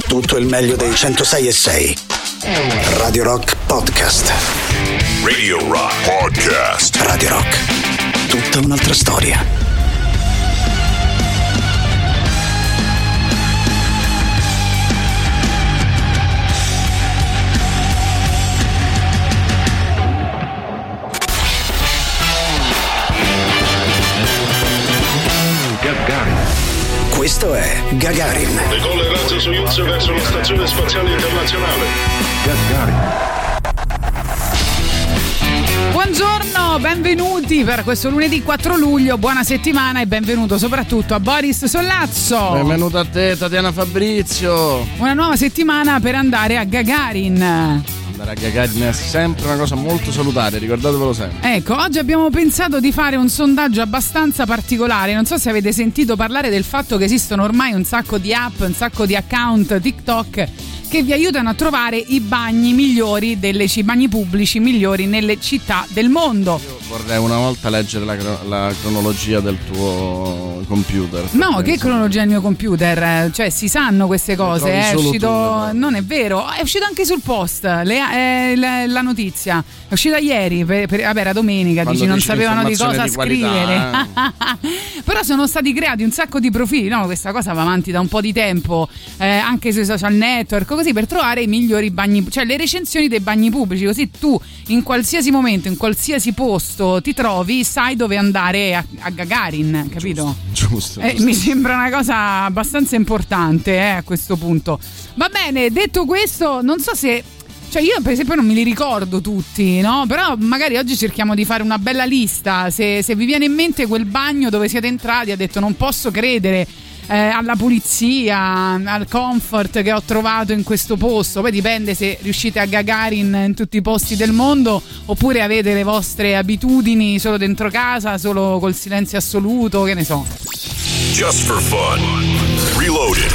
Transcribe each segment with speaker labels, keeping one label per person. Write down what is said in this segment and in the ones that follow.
Speaker 1: tutto il meglio dei 106.6. Radio Rock Podcast.
Speaker 2: Radio Rock Podcast.
Speaker 1: Radio Rock. Tutta un'altra storia. Questo è Gagarin.
Speaker 3: Decolla il razzo Soyuz verso la Stazione Spaziale Internazionale.
Speaker 4: Gagarin.
Speaker 5: Buongiorno, benvenuti per questo lunedì 4 luglio, buona settimana e benvenuto soprattutto a Boris Sollazzo.
Speaker 4: Benvenuto a te, Tatiana Fabrizio.
Speaker 5: Una nuova settimana per andare a Gagarin.
Speaker 4: Andare a Gagarin è sempre una cosa molto salutare, ricordatevelo sempre.
Speaker 5: Ecco, oggi abbiamo pensato di fare un sondaggio abbastanza particolare. Non so se avete sentito parlare del fatto che esistono ormai un sacco di app, un sacco di account TikTok che vi aiutano a trovare i bagni migliori i bagni pubblici migliori nelle città del mondo.
Speaker 4: Io vorrei una volta leggere la cronologia del tuo computer.
Speaker 5: No, che cronologia del mio computer? Cioè, si sanno queste cose, è uscito tu, non è vero, è uscito anche sul post la notizia. È uscita ieri, vabbè, era domenica, dici non sapevano di cosa scrivere. Però sono stati creati un sacco di profili, no? Questa cosa va avanti da un po' di tempo, anche sui social network, così, per trovare i migliori bagni, cioè le recensioni dei bagni pubblici, così tu in qualsiasi momento, in qualsiasi posto ti trovi, sai dove andare a Gagarin, capito?
Speaker 4: Giusto.
Speaker 5: Mi sembra una cosa abbastanza importante a questo punto. Va bene, detto questo, non so se... Cioè io per esempio non me li ricordo tutti, no? Però magari oggi cerchiamo di fare una bella lista. Se vi viene in mente quel bagno dove siete entrati, ha detto non posso credere alla pulizia, al comfort che ho trovato in questo posto. Poi dipende se riuscite a Gagarin in tutti i posti del mondo oppure avete le vostre abitudini solo dentro casa, solo col silenzio assoluto, che ne so.
Speaker 2: Just for fun. Reloaded.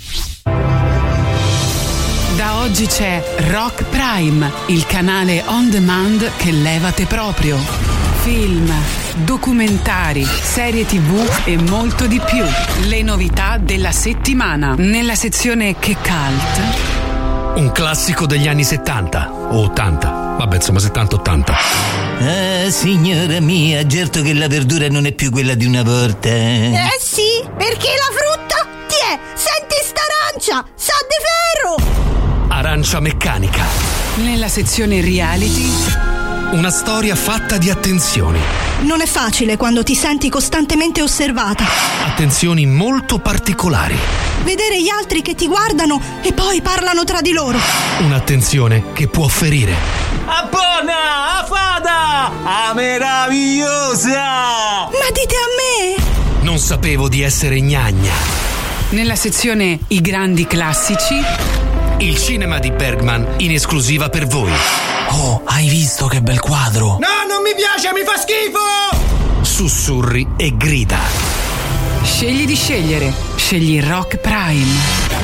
Speaker 6: Da oggi c'è Rock Prime, il canale on demand che levate proprio. Film, documentari, serie TV e molto di più. Le novità della settimana. Nella sezione Che Cult.
Speaker 7: Un classico degli anni 70 o 80. Vabbè, insomma 70-80.
Speaker 8: Signora mia, certo che la verdura non è più quella di una volta.
Speaker 9: Sì, perché la frutta, senti sta arancia, sa di ferro.
Speaker 7: Arancia meccanica.
Speaker 6: Nella sezione reality.
Speaker 7: Una storia fatta di attenzioni.
Speaker 9: Non è facile quando ti senti costantemente osservata.
Speaker 7: Attenzioni molto particolari.
Speaker 9: Vedere gli altri che ti guardano e poi parlano tra di loro.
Speaker 7: Un'attenzione che può ferire.
Speaker 8: A buona, a fada, a meravigliosa.
Speaker 9: Ma dite a me.
Speaker 7: Non sapevo di essere gnagna.
Speaker 6: Nella sezione I grandi classici.
Speaker 7: Il cinema di Bergman in esclusiva per voi.
Speaker 8: Oh, hai visto che bel quadro?
Speaker 10: No, non mi piace, mi fa schifo!
Speaker 7: Sussurri e grida.
Speaker 6: Scegli di scegliere. Scegli Rock Prime.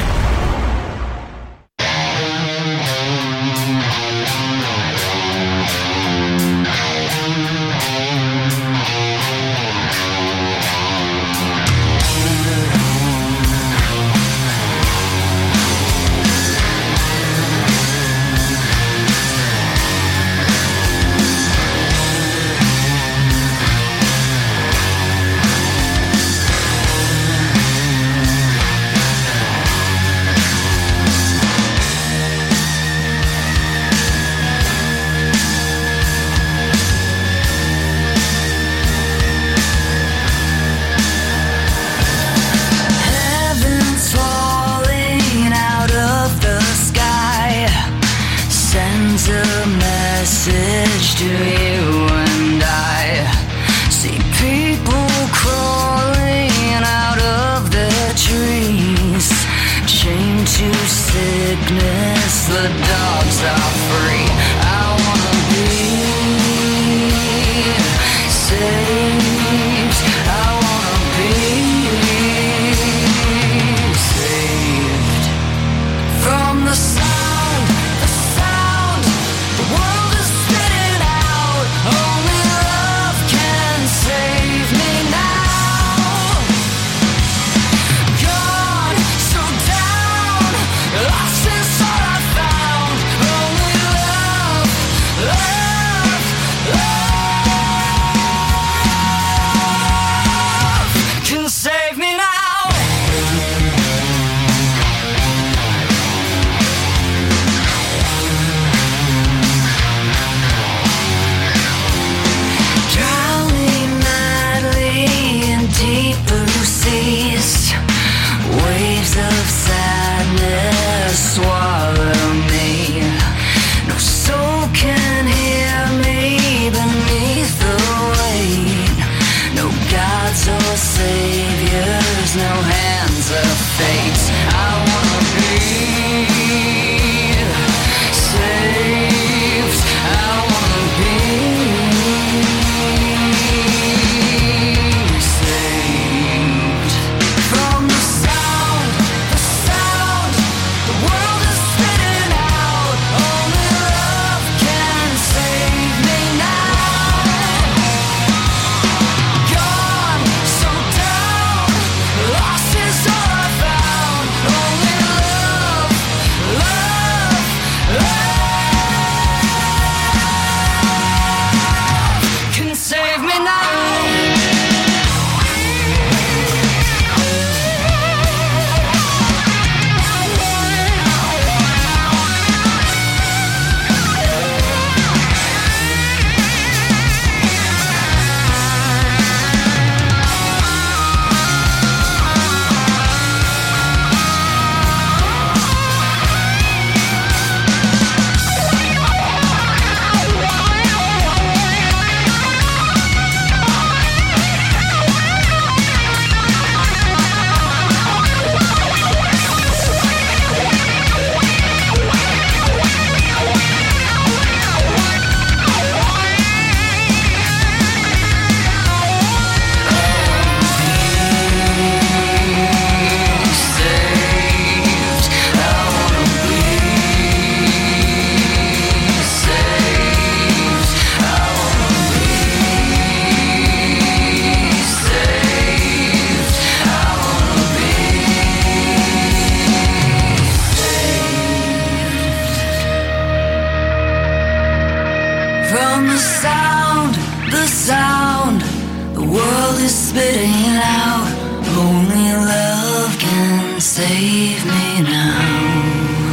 Speaker 11: the sound, the world is spitting out. Only love can save me now.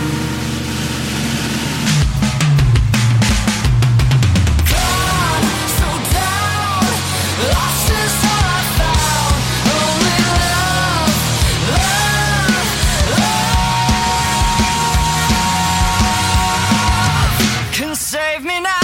Speaker 12: Save me now.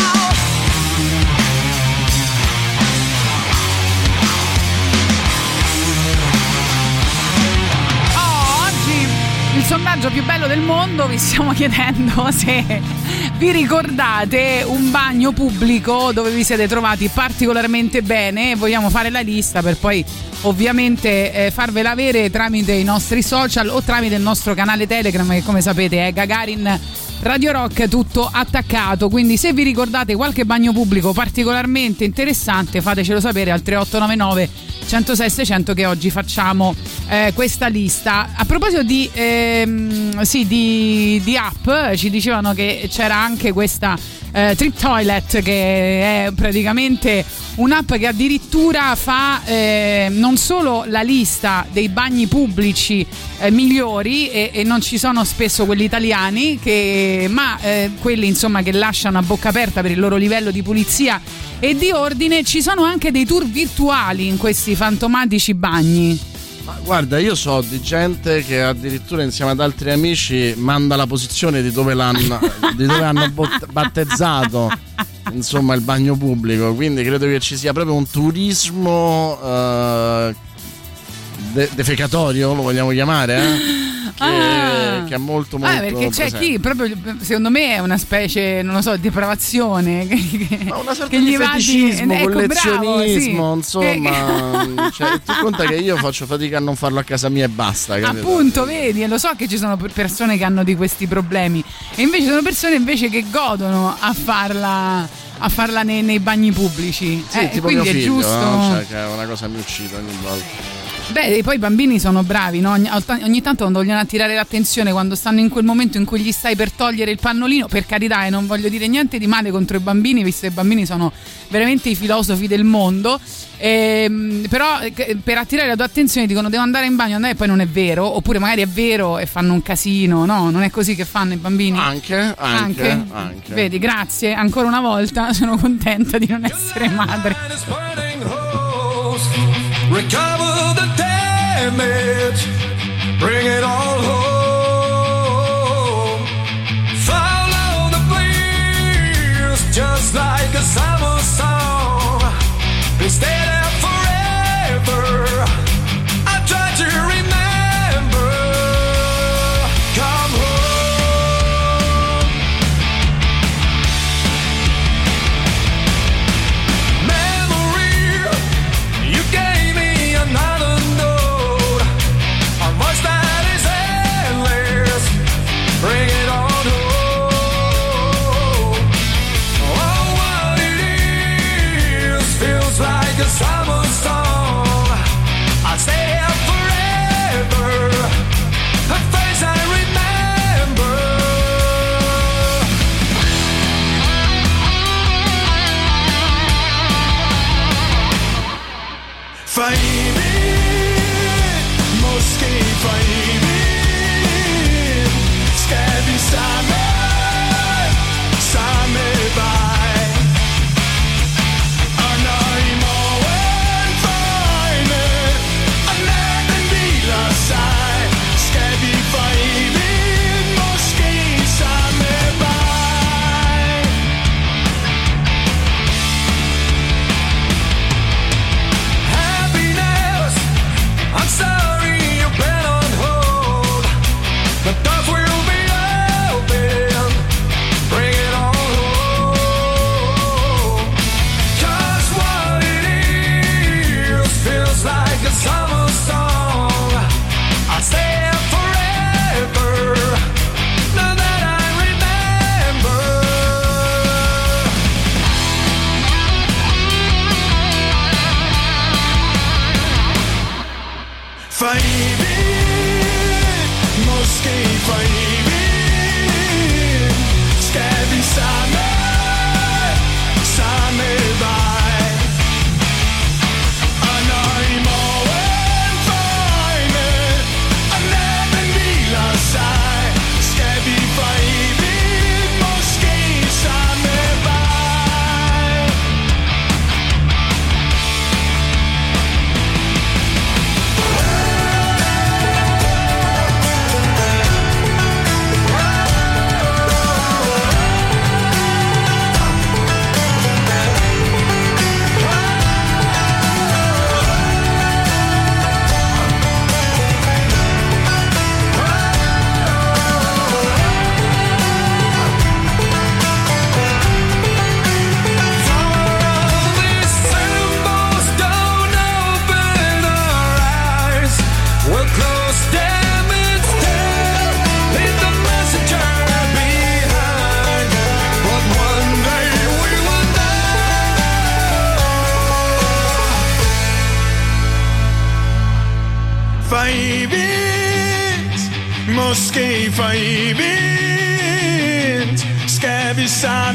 Speaker 5: Oggi il sondaggio più bello del mondo, vi stiamo chiedendo se vi ricordate un bagno pubblico dove vi siete trovati particolarmente bene. Vogliamo fare la lista per poi ovviamente farvela avere tramite i nostri social o tramite il nostro canale Telegram, che come sapete è Gagarin Radio Rock tutto attaccato. Quindi se vi ricordate qualche bagno pubblico particolarmente interessante, fatecelo sapere al 3899 106 600, che oggi facciamo questa lista. A proposito di app, ci dicevano che c'era anche questa Trip Toilet, che è praticamente un'app che addirittura fa non solo la lista dei bagni pubblici migliori, e non ci sono spesso quelli italiani, ma quelli insomma che lasciano a bocca aperta per il loro livello di pulizia e di ordine. Ci sono anche dei tour virtuali in questi fantomatici bagni.
Speaker 4: Ma guarda, io so di gente che addirittura insieme ad altri amici manda la posizione di dove hanno battezzato insomma il bagno pubblico, quindi credo che ci sia proprio un turismo defecatorio, lo vogliamo chiamare, che è molto
Speaker 5: perché c'è
Speaker 4: presente.
Speaker 5: chi proprio, secondo me, è una specie, non lo so, di depravazione,
Speaker 4: ma una sorta
Speaker 5: che
Speaker 4: di
Speaker 5: gli
Speaker 4: feticismo, collezionismo,
Speaker 5: insomma,
Speaker 4: cioè, tu conta che io faccio fatica a non farlo a casa mia e basta, capito?
Speaker 5: Appunto, vedi, lo so che ci sono persone che hanno di questi problemi, e invece sono persone invece che godono a farla nei bagni pubblici.
Speaker 4: Sì, tipo
Speaker 5: quindi
Speaker 4: mio figlio,
Speaker 5: è giusto,
Speaker 4: no? Cioè, che è una cosa mi uccide ogni volta.
Speaker 5: Beh, e poi i bambini sono bravi, no? Ogni tanto quando vogliono attirare l'attenzione, quando stanno in quel momento in cui gli stai per togliere il pannolino, per carità, e non voglio dire niente di male contro i bambini, visto che i bambini sono veramente i filosofi del mondo, però per attirare la tua attenzione dicono devo andare in bagno, e poi non è vero, oppure magari è vero e fanno un casino, no? Non è così che fanno i bambini?
Speaker 4: Anche.
Speaker 5: Vedi, grazie, ancora una volta sono contenta di non essere madre.
Speaker 12: Recover the damage, bring it all home. Follow the bleeds, just like a summer song. We stay there forever. I try to remember. Come home. Memory, you gave me another note, a voice that is fai vint, scavi sa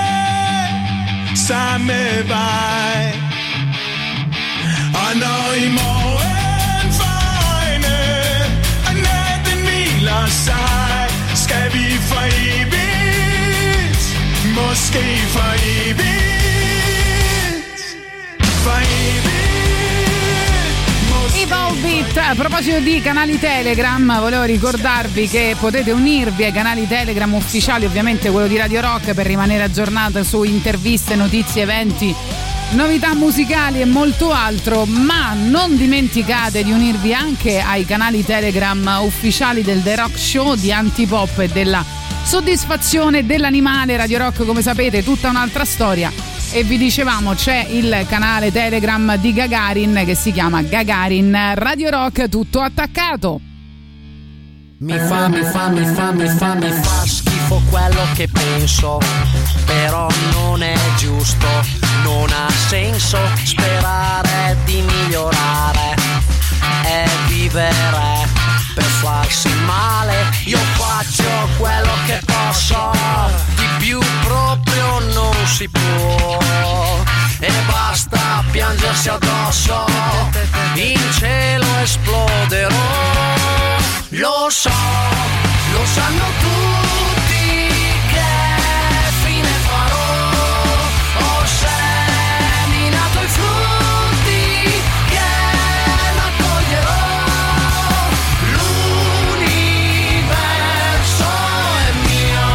Speaker 12: me vai. Noi moen feine, net in Mila sai, scavi fai vint, moschi fai vint, fai vint.
Speaker 5: Volbeat. A proposito di canali Telegram, volevo ricordarvi che potete unirvi ai canali Telegram ufficiali, ovviamente quello di Radio Rock, per rimanere aggiornati su interviste, notizie, eventi, novità musicali e molto altro, ma non dimenticate di unirvi anche ai canali Telegram ufficiali del The Rock Show, di Antipop e della Soddisfazione dell'Animale. Radio Rock, come sapete, tutta un'altra storia. E vi dicevamo, c'è il canale Telegram di Gagarin che si chiama Gagarin Radio Rock, tutto attaccato.
Speaker 13: Mi fa schifo quello che penso, però non è giusto, non ha senso sperare di migliorare e vivere per farsi male. Io faccio quello che posso, di più proprio non si può, e basta piangersi addosso, in cielo esploderò. Lo so, lo sanno tutti che fine farò, ho seminato i frutti che raccoglierò, l'universo è mio.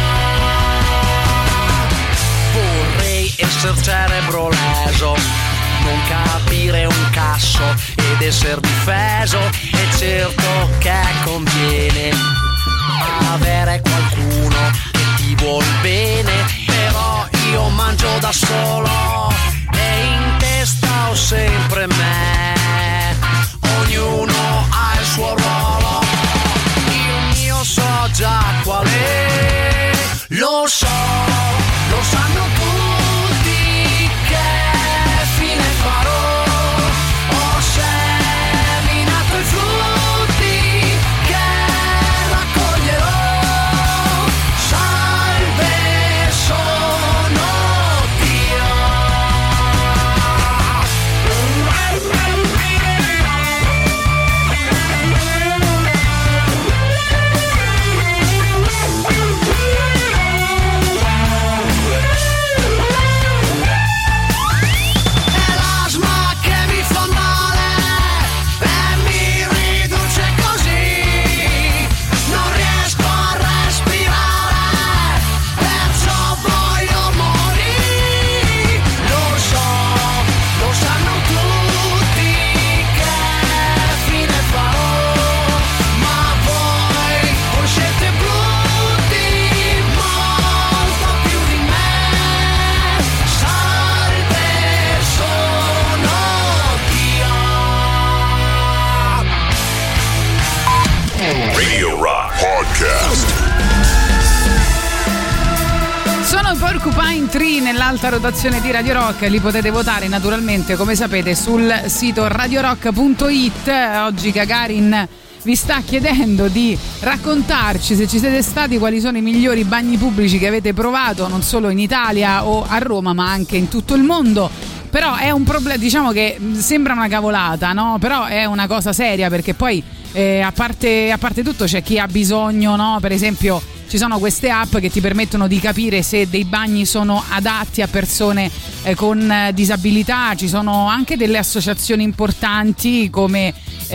Speaker 13: Vorrei essere cerebro leso, non capire un cazzo ed essere difeso, e certo che conviene avere qualcuno che ti vuol bene, però io mangio da solo e in testa ho sempre me, ognuno ha il suo ruolo, il mio so già qual è, lo so, lo sanno tutti che fine farò, ho seminato i frutti che raccoglierò, salve sono Dio.
Speaker 5: Sono Porcupine Tree nell'alta rotazione di Radio Rock, li potete votare naturalmente, come sapete, sul sito radiorock.it. Oggi Gagarin vi sta chiedendo di raccontarci, se ci siete stati, quali sono i migliori bagni pubblici che avete provato, non solo in Italia o a Roma ma anche in tutto il mondo. Però è un problema, diciamo che sembra una cavolata, no? Però è una cosa seria, perché poi a parte tutto c'è chi ha bisogno, no? Per esempio ci sono queste app che ti permettono di capire se dei bagni sono adatti a persone con disabilità. Ci sono anche delle associazioni importanti come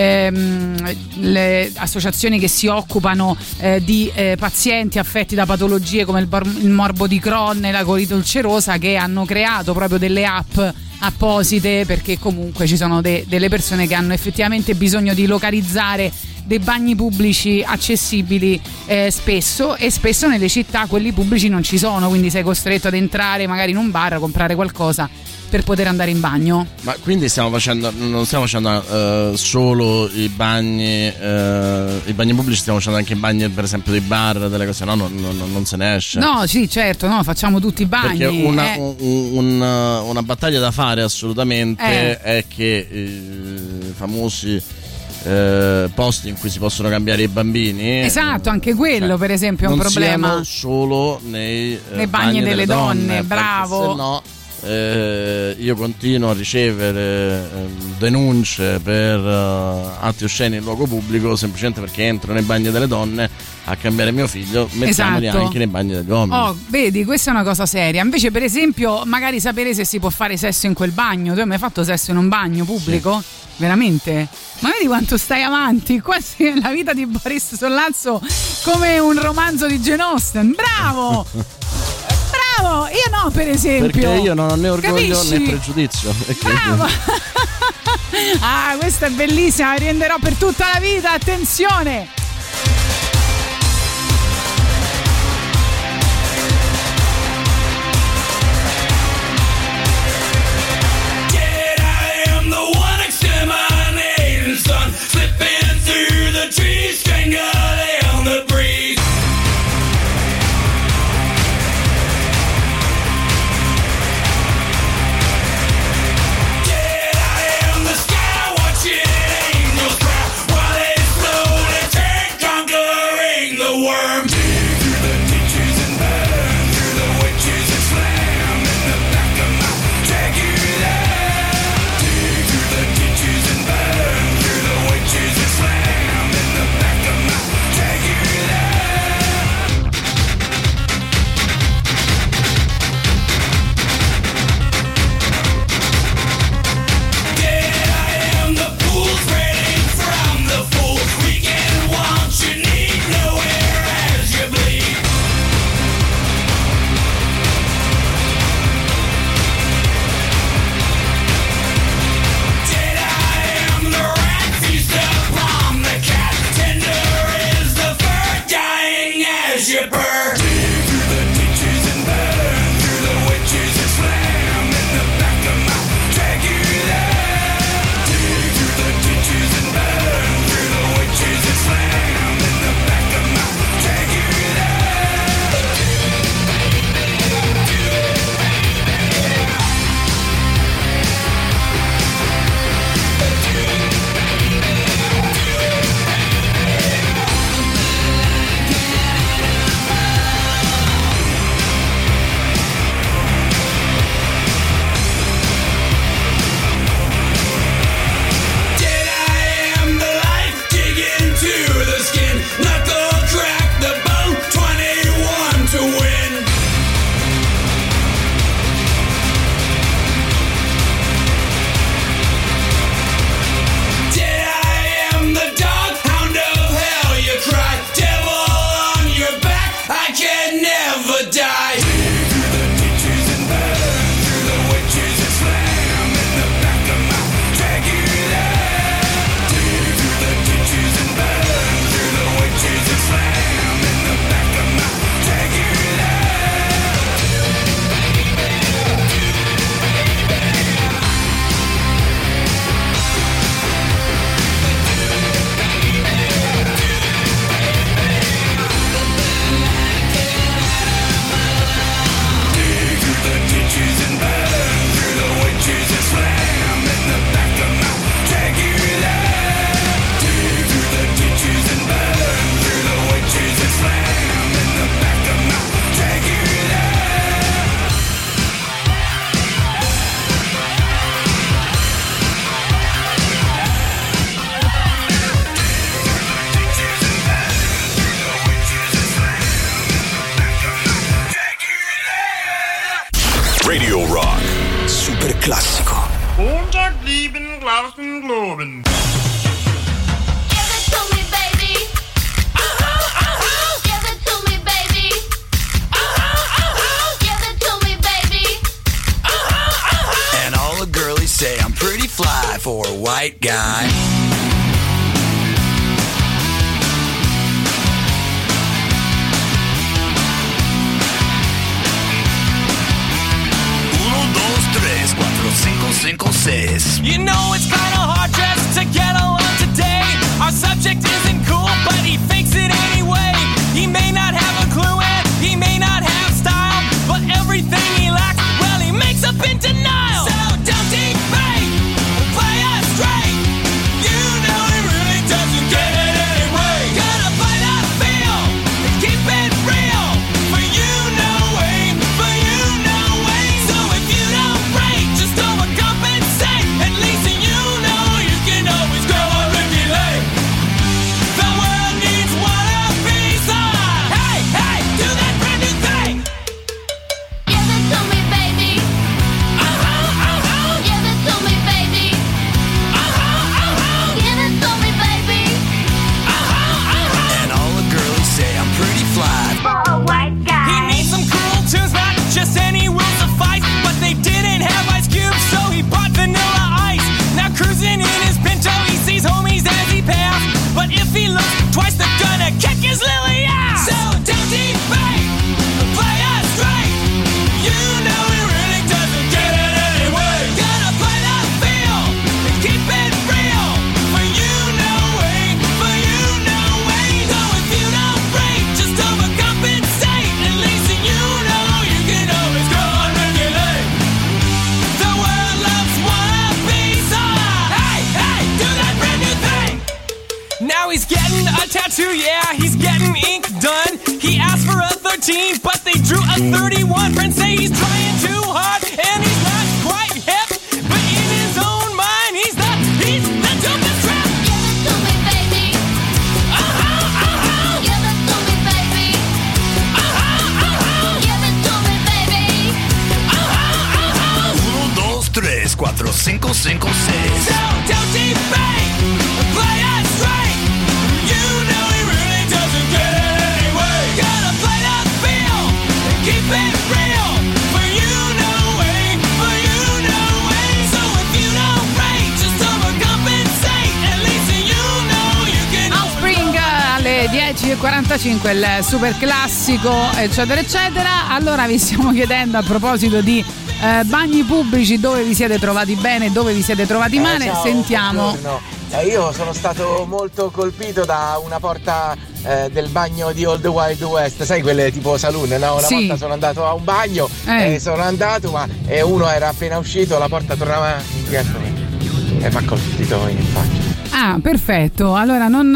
Speaker 5: le associazioni che si occupano di pazienti affetti da patologie come il morbo di Crohn e la colite ulcerosa, che hanno creato proprio delle app apposite, perché comunque ci sono delle persone che hanno effettivamente bisogno di localizzare dei bagni pubblici accessibili spesso, e spesso nelle città quelli pubblici non ci sono, quindi sei costretto ad entrare magari in un bar a comprare qualcosa per poter andare in bagno. Ma quindi non stiamo facendo solo i bagni pubblici, stiamo facendo anche i bagni, per esempio, dei bar, delle cose, no? Non se ne esce. No, sì, certo, no, facciamo tutti i bagni. Perché una battaglia da fare assolutamente è che i famosi
Speaker 4: posti in cui si possono cambiare i bambini.
Speaker 5: Esatto, anche quello per esempio è un problema.
Speaker 4: Non solo nei
Speaker 5: bagni delle donne, bravo.
Speaker 4: Se no io continuo a ricevere denunce per atti osceni in luogo pubblico semplicemente perché entro nei bagni delle donne a cambiare mio figlio, mettiamoli anche nei bagni degli uomini.
Speaker 5: Oh, vedi, questa è una cosa seria. Invece per esempio magari sapere se si può fare sesso in quel bagno. Tu hai mai fatto sesso in un bagno pubblico? Sì. Veramente? Ma vedi quanto stai avanti? Quasi la vita di Boris Sollazzo come un romanzo di Jane Austen. Bravo! Bravo! Io no, per esempio.
Speaker 4: Perché io non ho né orgoglio
Speaker 5: Capisci?
Speaker 4: né pregiudizio.
Speaker 5: Bravo! Ah, questa è bellissima, la rienderò per tutta la vita, attenzione!
Speaker 12: Slipping through the trees, stranger on the breeze. Dead I am the sky, watching angels cry while they slowly turn, conquering the worm. Dig through the ditches and burn through the witches and slam in the back of my drag you there. Dig through the ditches and burn through the witches and slam in the back of my drag you there. Dead I am the pool spreading from the fool. Weekend wants you need nowhere as you bleed. Dead I am the rat, feast upon the cat. Tender is the fur, dying as you burn. Dig through the ditches and burn through the witches and slam in the back of my drag you there. Dig through the ditches and burn through the witches and slam in the back of my drag you there. Dead I am the life, dig into the skin, knuckle crack the bone, 21 to win. Dead I am the dog, hound of hell, you cry, devil on your back, I can never die. Dig through the ditches and burn through the witches and slam in the back of my drag you there. Dig through the ditches and burn through the witches and slam in the back of my drag you there. Dig through the ditches and burn through the witches and slam in the back of my drag you there. Dig through the ditches and burn through the witches and slam in the back of my drag you there.
Speaker 2: Radio Rock.
Speaker 1: Super classico.
Speaker 12: Unterglieben Glauben Globen.
Speaker 11: Give it to me, baby. Give it to me, baby. Give it to me, baby.
Speaker 13: And all the girlies say I'm pretty fly for a white guy. Uno, dos, tres, cuatro, cinco, cinco, seis.
Speaker 12: You know it's kinda hard just to get along today. Our subject isn't cool, but he fakes it anyway. He may not have a clue and he may not have style, but everything he lacks, well, he makes up in denial. So don't defame, play us straight. You know he really
Speaker 14: 17, but they drew a 31. Friends say he's trying too hard, and he's not quite hip. But in his own mind, he's the dopest trap.
Speaker 11: Give it to me, baby. Give it to me, baby. Give it to me, baby.
Speaker 13: 1, 2, 3, 4, 5, 5, 6.
Speaker 14: So don't debate, play it straight. You know he really doesn't get it anyway. Gotta play the field and keep it real. For you know way, for you know way. So if you don't rate, just overcompensate. At least you know you can.
Speaker 5: Offspring alle 10:45, il super classico, eccetera eccetera. Allora vi stiamo chiedendo, a proposito di bagni pubblici, dove vi siete trovati bene, dove vi siete trovati male.
Speaker 15: Ciao,
Speaker 5: Sentiamo.
Speaker 15: buongiorno. Io sono stato molto colpito da una porta del bagno di Old Wild West, sai quelle tipo saloon, no? Una
Speaker 5: Sì.
Speaker 15: volta sono andato a un bagno e sono andato, ma uno era appena uscito, la porta tornava indietro e mi ha colpito in faccia.
Speaker 5: Ah, perfetto. Allora non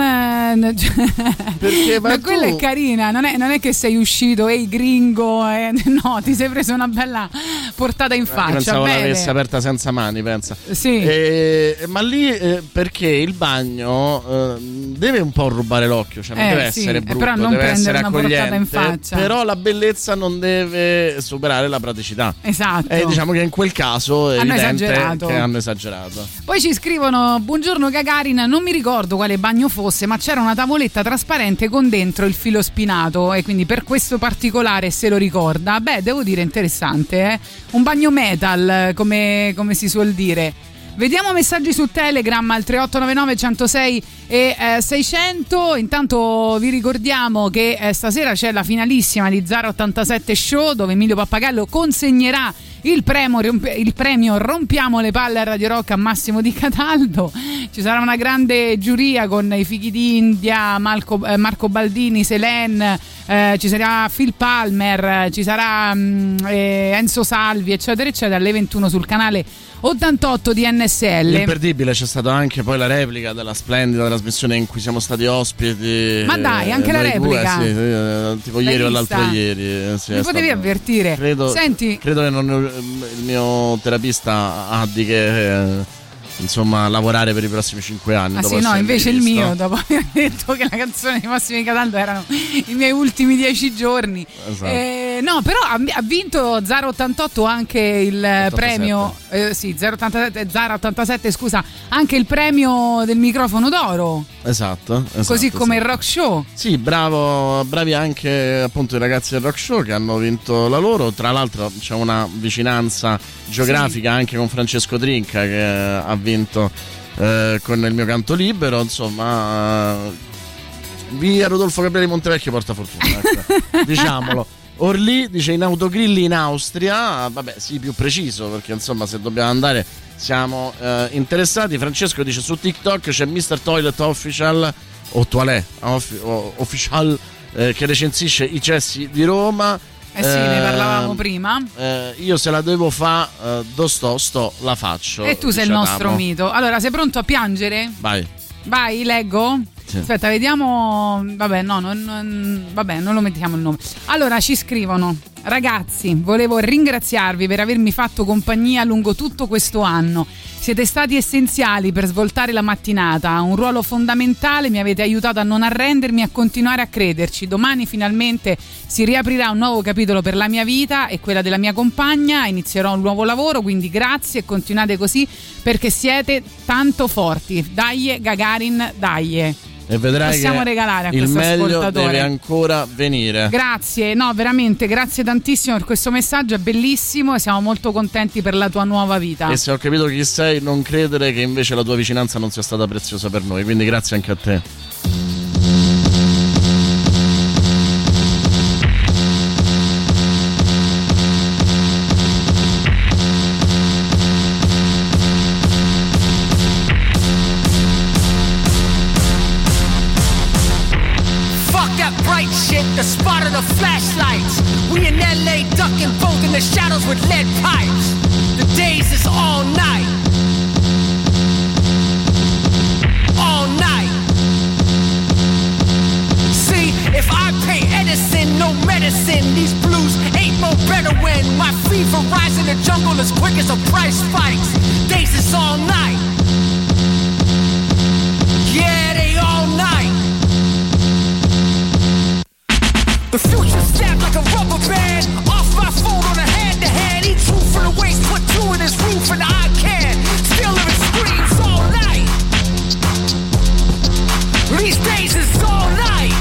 Speaker 4: Perché,
Speaker 5: ma quella è carina, non è che sei uscito, ehi gringo, no, ti sei preso una bella portata in faccia.
Speaker 4: Pensavo
Speaker 5: bene.
Speaker 4: l'avesse aperta senza mani, pensa.
Speaker 5: Sì.
Speaker 4: Ma lì perché il bagno deve un po' rubare l'occhio, cioè non deve
Speaker 5: sì,
Speaker 4: essere brutto,
Speaker 5: però non
Speaker 4: deve
Speaker 5: prendere
Speaker 4: essere
Speaker 5: una portata in
Speaker 4: accogliente,
Speaker 5: faccia.
Speaker 4: però la bellezza non deve superare la praticità.
Speaker 5: Esatto.
Speaker 4: E diciamo che in quel caso è
Speaker 5: Hanno
Speaker 4: evidente
Speaker 5: esagerato.
Speaker 4: che hanno esagerato.
Speaker 5: Poi ci scrivono: buongiorno Gagarin, non mi ricordo quale bagno fosse, ma c'era una tavoletta trasparente con dentro il filo spinato, e quindi per questo particolare se lo ricorda. Beh, devo dire interessante, un bagno metal, come si suol dire. Vediamo messaggi su Telegram al 3899 106 e 600. Intanto vi ricordiamo che stasera c'è la finalissima di Zara 87 Show, dove Emilio Pappagallo consegnerà il premio Rompiamo le palle a Radio Rock a Massimo Di Cataldo. Ci sarà una grande giuria con i Fighi d'India, Marco Baldini, Selene, ci sarà Phil Palmer, ci sarà Enzo Salvi, eccetera eccetera, alle 21 sul canale 88 di NSL.
Speaker 4: Imperdibile, c'è stata anche poi la replica della splendida trasmissione in cui siamo stati ospiti.
Speaker 5: Ma dai, anche la replica?
Speaker 4: Tipo ieri o l'altro ieri.
Speaker 5: Mi potevi avvertire. Senti,
Speaker 4: credo che il mio terapista ha di che insomma lavorare per i prossimi 5 anni.
Speaker 5: Ah sì, no, invece il mio, dopo aver detto che la canzone di Massimo Di Cataldo erano i miei ultimi 10 giorni.
Speaker 4: Esatto.
Speaker 5: No, però ha vinto Zara 88 anche il
Speaker 4: 87.
Speaker 5: premio, sì, Zara 87, scusa, anche il premio del microfono d'oro.
Speaker 4: Esatto.
Speaker 5: Così come il Rock Show.
Speaker 4: Sì, bravi anche appunto i ragazzi del Rock Show che hanno vinto la loro. Tra l'altro c'è una vicinanza geografica anche con Francesco Trinca, che ha vinto con il mio canto libero. Insomma, via Rodolfo Gabriele Montevecchio porta fortuna, ecco. Diciamolo. Orlì dice in autogrilli in Austria, vabbè sì, più preciso, perché insomma se dobbiamo andare siamo interessati. Francesco dice su TikTok c'è Mr. Toilet Official o Toilet Official che recensisce i cessi di Roma.
Speaker 5: Sì, ne parlavamo prima.
Speaker 4: Io se la devo fare, la faccio.
Speaker 5: E tu sei il nostro mito. Allora, sei pronto a piangere? Vai, leggo? Sì. Aspetta, vediamo. Vabbè, no, non lo mettiamo il nome. Allora, ci scrivono: ragazzi, volevo ringraziarvi per avermi fatto compagnia lungo tutto questo anno. Siete stati essenziali per svoltare la mattinata, un ruolo fondamentale, mi avete aiutato a non arrendermi e a continuare a crederci. Domani finalmente si riaprirà un nuovo capitolo per la mia vita e quella della mia compagna, inizierò un nuovo lavoro, quindi grazie e continuate così perché siete tanto forti. Dai Gagarin, dai.
Speaker 4: E vedrai
Speaker 5: possiamo
Speaker 4: che
Speaker 5: regalare a
Speaker 4: il
Speaker 5: questo
Speaker 4: meglio
Speaker 5: ascoltatore.
Speaker 4: deve ancora venire.
Speaker 5: Grazie, no, veramente, grazie tantissimo per questo messaggio, è bellissimo e siamo molto contenti per la tua nuova vita.
Speaker 4: E se ho capito chi sei, non credere che invece la tua vicinanza non sia stata preziosa per noi, quindi grazie anche a te.
Speaker 16: The spot of the flashlights. We in LA ducking both in the shadows with lead pipes. The days is all night. All night. See, if I pay Edison no no medicine. These blues ain't no better when my fever rise in the jungle as quick as a price spikes. Days is all night. Yeah, they all night. The future stabbed like a rubber band. Off my phone on a hand-to-hand. Eat two from the waist, put two in his roof, and I can still hear it screams all night. These days is all night.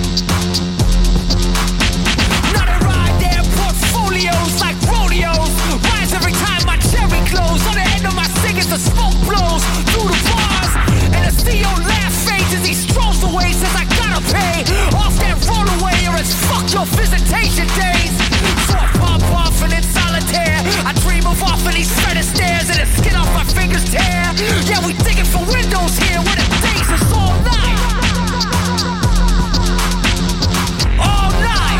Speaker 16: Not a ride their portfolios like rodeos. Rise every time my cherry close. On the end of my cigarettes, the smoke blows through the bars, and the CEO laugh fades as he strolls away. Says I gotta pay off that rollaway, or it's fuck your visitation days. So I pop off and in solitaire I dream of off of these French stairs, and the skin off my fingers tear. Yeah, we digging for windows here where the days is all night. All night.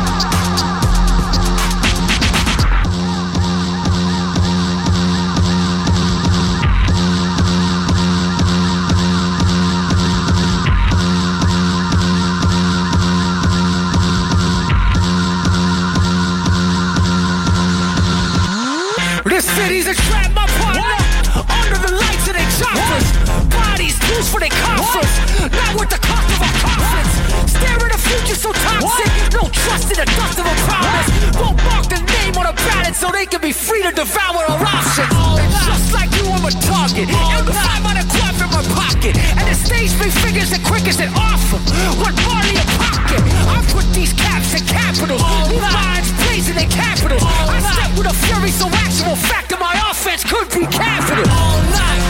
Speaker 16: This city's a trap, my partner. Under the lights of their choppers. Bodies, tools for their coffers. Not worth the cost of our coffins. Stare at the future so toxic. No trust in the dust of a promise. Won't mark the name on a ballot so they can be free to devour our options. And just like you, I'm a target. Amplified by the clef in my pocket. And the stage big figures and quickest and awful. What part of your pocket? I put these caps in capitals. These lines blazing in capitals. I step with a fury so actual fact that my offense could be capital. All night.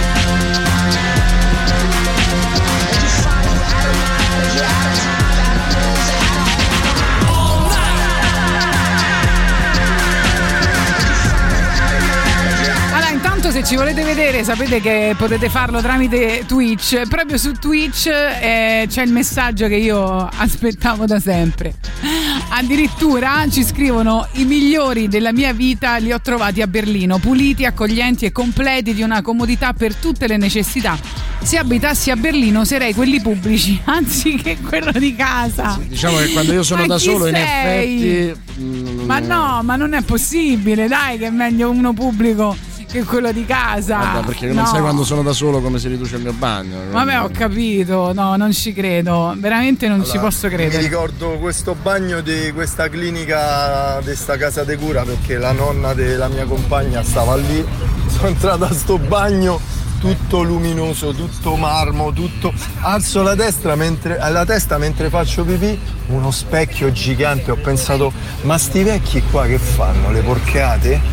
Speaker 5: Allora, intanto se ci volete vedere sapete che potete farlo tramite Twitch. Proprio su Twitch c'è il messaggio che io aspettavo da sempre. Addirittura ci scrivono: i migliori della mia vita li ho trovati a Berlino, puliti, accoglienti e completi, di una comodità per tutte le necessità. Se abitassi a Berlino userei quelli pubblici anziché quello di casa.
Speaker 4: Sì, diciamo che quando io sono da solo, in effetti
Speaker 5: ma no, ma non è possibile, dai, che è meglio uno pubblico che quello di casa.
Speaker 4: Guarda, perché non sai quando sono da solo come si riduce il mio bagno.
Speaker 5: Vabbè, ho capito, no, non ci credo, veramente non ci posso credere.
Speaker 17: Mi ricordo questo bagno di questa clinica, di sta casa di cura, perché la nonna della mia compagna stava lì. Sono entrato a sto bagno tutto luminoso, tutto marmo, tutto. Alzo la testa mentre faccio pipì, uno specchio gigante. Ho pensato, ma sti vecchi qua che fanno? Le porcate?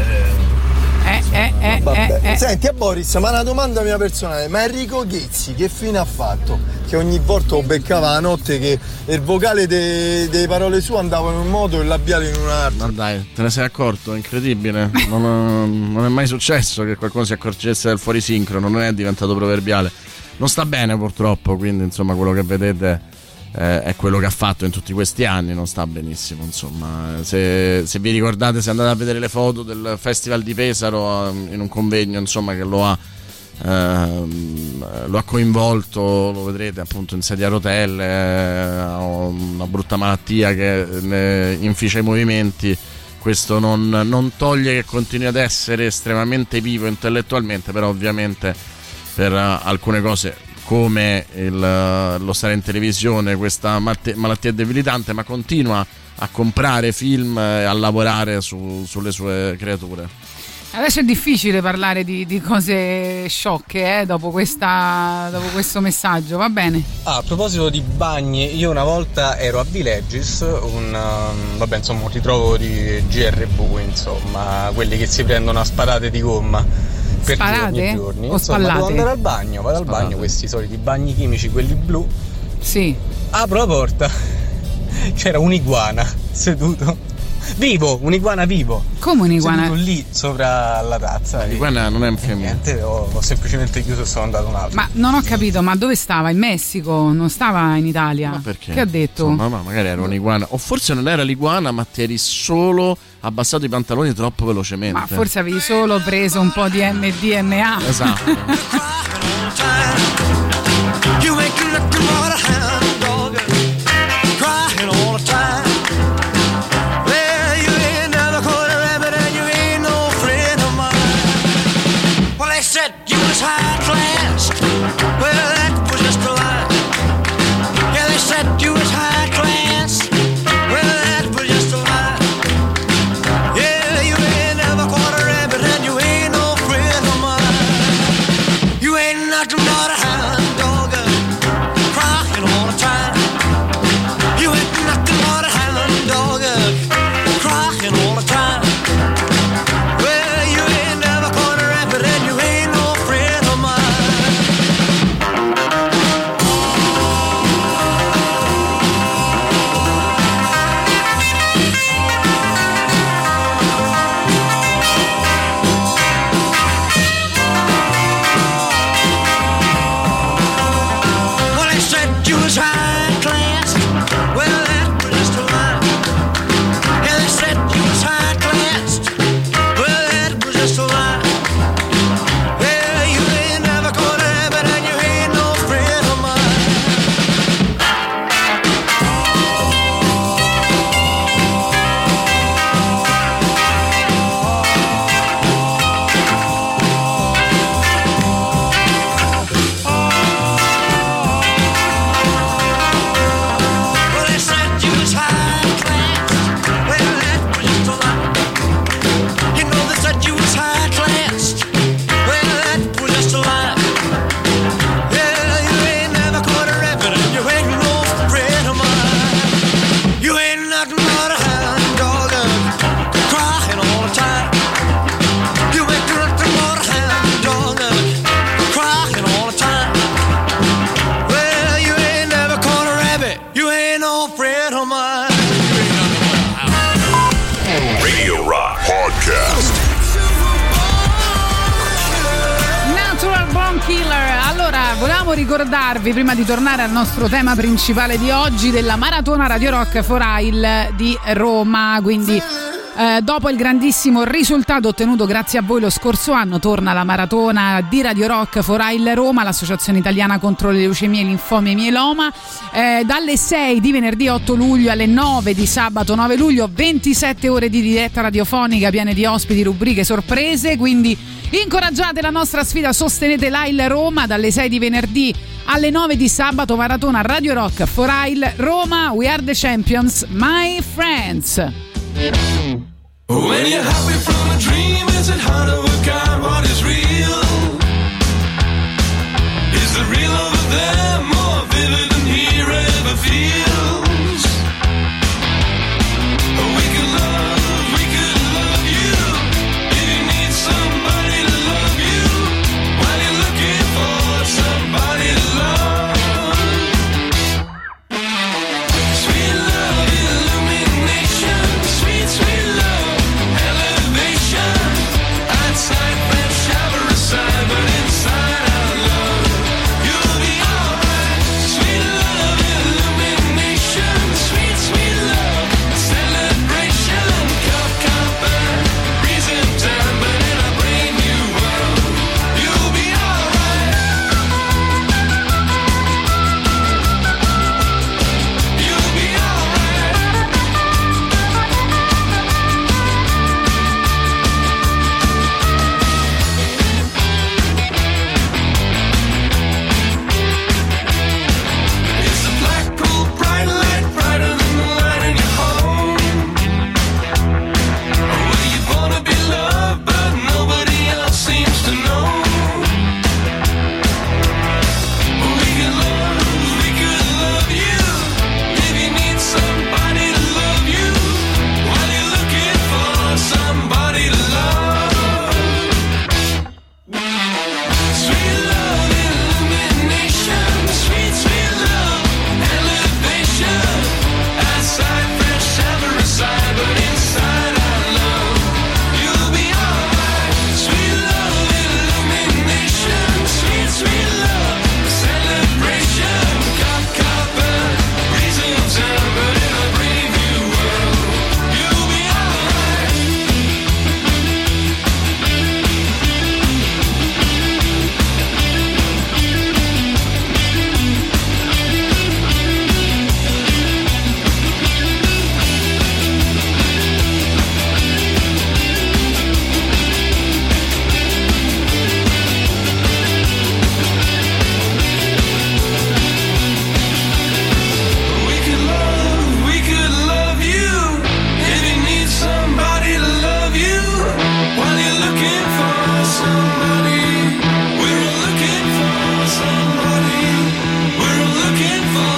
Speaker 17: Senti, a Boris, ma una domanda mia personale: ma Enrico Ghezzi che fine ha fatto? Che ogni volta lo beccava la notte, che il vocale delle parole sue andava in un modo e il labiale in un altro.
Speaker 4: Ma dai, te ne sei accorto? È incredibile. Non è mai successo che qualcuno si accorgesse del fuorisincrono, non è diventato proverbiale. Non sta bene purtroppo, quindi insomma quello che vedete è quello che ha fatto in tutti questi anni, non sta benissimo, insomma. Se vi ricordate, se andate a vedere le foto del Festival di Pesaro in un convegno, insomma, che lo ha coinvolto, lo vedrete appunto in sedia a rotelle, ha una brutta malattia che ne inficia i movimenti. Questo non toglie che continui ad essere estremamente vivo intellettualmente, però ovviamente per alcune cose come lo stare in televisione, questa malattia è debilitante, ma continua a comprare film e a lavorare sulle sue creature.
Speaker 5: Adesso è difficile parlare di cose sciocche dopo questo messaggio, va bene?
Speaker 18: A proposito di bagni, io una volta ero a Vilegis, un ritrovo di GRV, insomma, quelli che si prendono a spadate di gomma. Per
Speaker 5: sparate?
Speaker 18: giorni.
Speaker 5: O
Speaker 18: Insomma,
Speaker 5: spallate?
Speaker 18: devo andare al bagno, vado al bagno, questi soliti bagni chimici, quelli blu.
Speaker 5: Sì.
Speaker 18: Apro la porta, c'era un'iguana seduto. Vivo, un'iguana vivo.
Speaker 5: Come un'iguana?
Speaker 18: Seduto lì sopra la tazza.
Speaker 4: L'iguana non è un fiammino.
Speaker 18: Niente, ho semplicemente chiuso e sono andato un altro.
Speaker 5: Ma non ho capito, ma dove stava? In Messico? Non stava in Italia?
Speaker 4: Ma perché?
Speaker 5: Che ha detto?
Speaker 4: Insomma, ma magari era un'iguana. O forse non era l'iguana, ma ti eri solo abbassato i pantaloni troppo velocemente.
Speaker 5: Ma forse avevi solo preso un po' di MDMA.
Speaker 4: Esatto.
Speaker 12: You ain't looking for a hound dog, crying all the time. waterhound dog crying all the time. You ain't nothing but a hound dog crying all the time. Well, you ain't never caught a rabbit. You ain't no friend of mine.
Speaker 2: Radio Rock Podcast.
Speaker 5: Natural Born Killer. Allora, volevamo ricordarvi, prima di tornare al nostro tema principale di oggi, della maratona Radio Rock for Ile di Roma. Quindi dopo il grandissimo risultato ottenuto grazie a voi lo scorso anno, torna la maratona di Radio Rock for Ile Roma, l'associazione italiana contro le leucemie, linfomi e mieloma, dalle 6 di venerdì 8 luglio alle 9 di sabato 9 luglio, 27 ore di diretta radiofonica piene di ospiti, rubriche, sorprese. Quindi incoraggiate la nostra sfida, sostenete l'Ile Roma dalle 6 di venerdì alle 9 di sabato, maratona Radio Rock for Ile Roma. We are the champions, my friends.
Speaker 14: When you're happy from a dream, is it hard to work out what is real? Is the real over there more vivid than here ever feels? We could love you. If you need somebody to love you, while you're looking for somebody to love. Sweet love, illumination, sweet, sweet love, elevation. Outside, friends shower aside, but inside our love, you'll be alright. Sweet love, illumination, sweet, sweet love, celebration. Cup, copper, reason time, but in a brand new world, you'll be alright. You'll be alright. It's a black pool, bright light, brighter than the light in your home. Where you wanna be loved, but nobody else seems to know. We could love you. If you need somebody to love you, while you're looking for somebody to love. Sweet love, illumination, sweet, sweet love, elevation. Outside, friends shower aside, but inside our love, you'll be alright. Sweet love, illumination, sweet, sweet love, celebration. Cup, copper, reason time, but in a brave new world, you'll be alright. We could love you. If you need somebody to love you, while you're looking for somebody, we're looking for somebody. We're looking for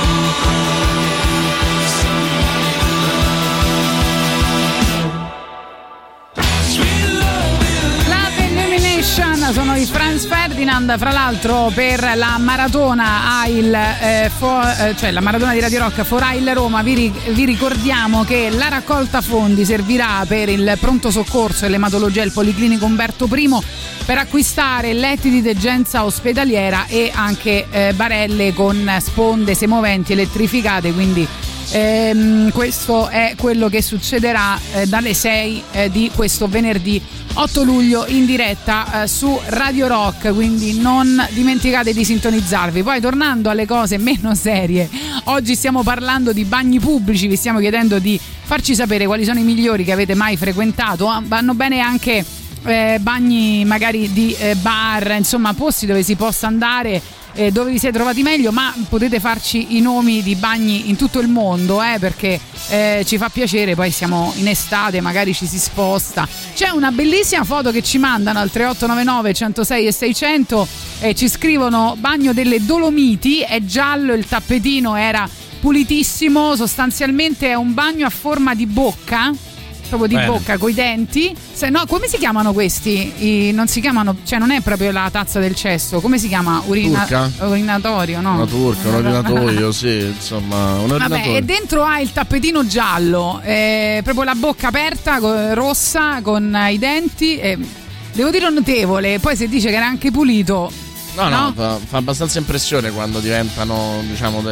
Speaker 14: somebody. Sweet love.
Speaker 5: Love Illumination sono i Franz Ferdinand, fra l'altro per la maratona cioè la maratona di Radio Rock for Ile Roma. Vi ricordiamo che la raccolta fondi servirà per il pronto soccorso e l'ematologia al Policlinico Umberto I, per acquistare letti di degenza ospedaliera e anche barelle con sponde semoventi elettrificate. Quindi questo è quello che succederà dalle 6 di questo venerdì 8 luglio in diretta su Radio Rock, quindi non dimenticate di sintonizzarvi. Poi, tornando alle cose meno serie, oggi stiamo parlando di bagni pubblici, vi stiamo chiedendo di farci sapere quali sono i migliori che avete mai frequentato. Vanno bene anche bagni magari di bar, insomma posti dove si possa andare, dove vi siete trovati meglio, ma potete farci i nomi di bagni in tutto il mondo, perché ci fa piacere. Poi siamo in estate, magari ci si sposta. C'è una bellissima foto che ci mandano al 3899 106 e 600 e ci scrivono: bagno delle Dolomiti, è giallo, il tappetino era pulitissimo, sostanzialmente è un bagno a forma di bocca, proprio di bocca coi denti. No, come si chiamano questi? Non si chiamano, cioè non è proprio la tazza del cesso, come si chiama? Urinatorio, no?
Speaker 4: Una turca, un urinatoio, sì, insomma, un urinatorio.
Speaker 5: Vabbè, e dentro ha il tappetino giallo, proprio la bocca aperta, rossa, con i denti, devo dire notevole. Poi se dice che era anche pulito,
Speaker 4: no, fa abbastanza impressione quando diventano, diciamo,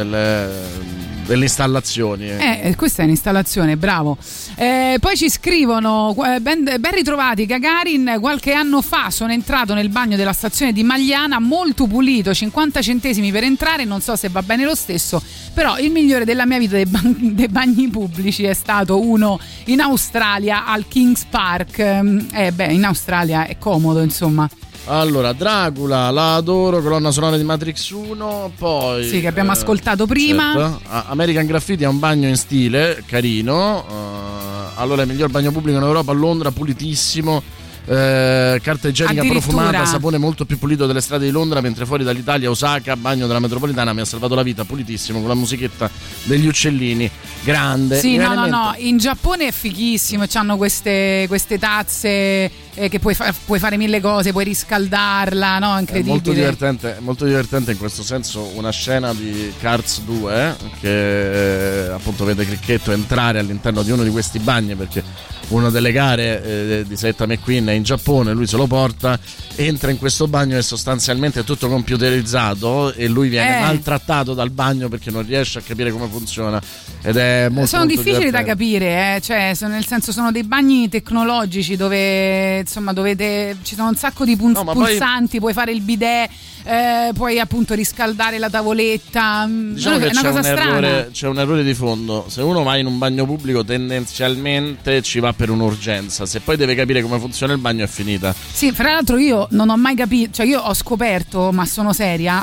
Speaker 4: delle installazioni.
Speaker 5: Questa è un'installazione, bravo. Poi ci scrivono: ben ritrovati Gagarin, qualche anno fa sono entrato nel bagno della stazione di Magliana, molto pulito, 50 centesimi per entrare, non so se va bene lo stesso, però il migliore della mia vita dei bagni pubblici è stato uno in Australia al Kings Park. In Australia è comodo, insomma.
Speaker 4: Allora, Dracula, la adoro, colonna sonora di Matrix 1. Poi
Speaker 5: sì, che abbiamo ascoltato prima.
Speaker 4: Certo. American Graffiti è un bagno in stile, carino. Allora, il miglior bagno pubblico in Europa a Londra, pulitissimo. Carta igienica profumata, sapone molto più pulito delle strade di Londra, mentre fuori dall'Italia, Osaka, bagno della metropolitana, mi ha salvato la vita, pulitissimo, con la musichetta degli uccellini, grande.
Speaker 5: Sì, no, in Giappone è fighissimo, c'hanno queste tazze che puoi fare mille cose, puoi riscaldarla, no? Incredibile.
Speaker 4: È molto divertente in questo senso una scena di Cars 2 che appunto vede Cricchetto entrare all'interno di uno di questi bagni, perché una delle gare di Setta McQueen è in Giappone, lui se lo porta, entra in questo bagno e sostanzialmente è tutto computerizzato e lui viene maltrattato dal bagno perché non riesce a capire come funziona, ed è molto
Speaker 5: difficili
Speaker 4: divertente
Speaker 5: da capire, cioè nel senso sono dei bagni tecnologici dove insomma ci sono un sacco di pulsanti, puoi fare il bidet, puoi appunto riscaldare la tavoletta.
Speaker 4: Diciamo che
Speaker 5: è una cosa strana.
Speaker 4: C'è un errore di fondo: se uno va in un bagno pubblico tendenzialmente ci va per un'urgenza, se poi deve capire come funziona il bagno è finita.
Speaker 5: Sì, fra l'altro io non ho mai capito, cioè io ho scoperto, ma sono seria,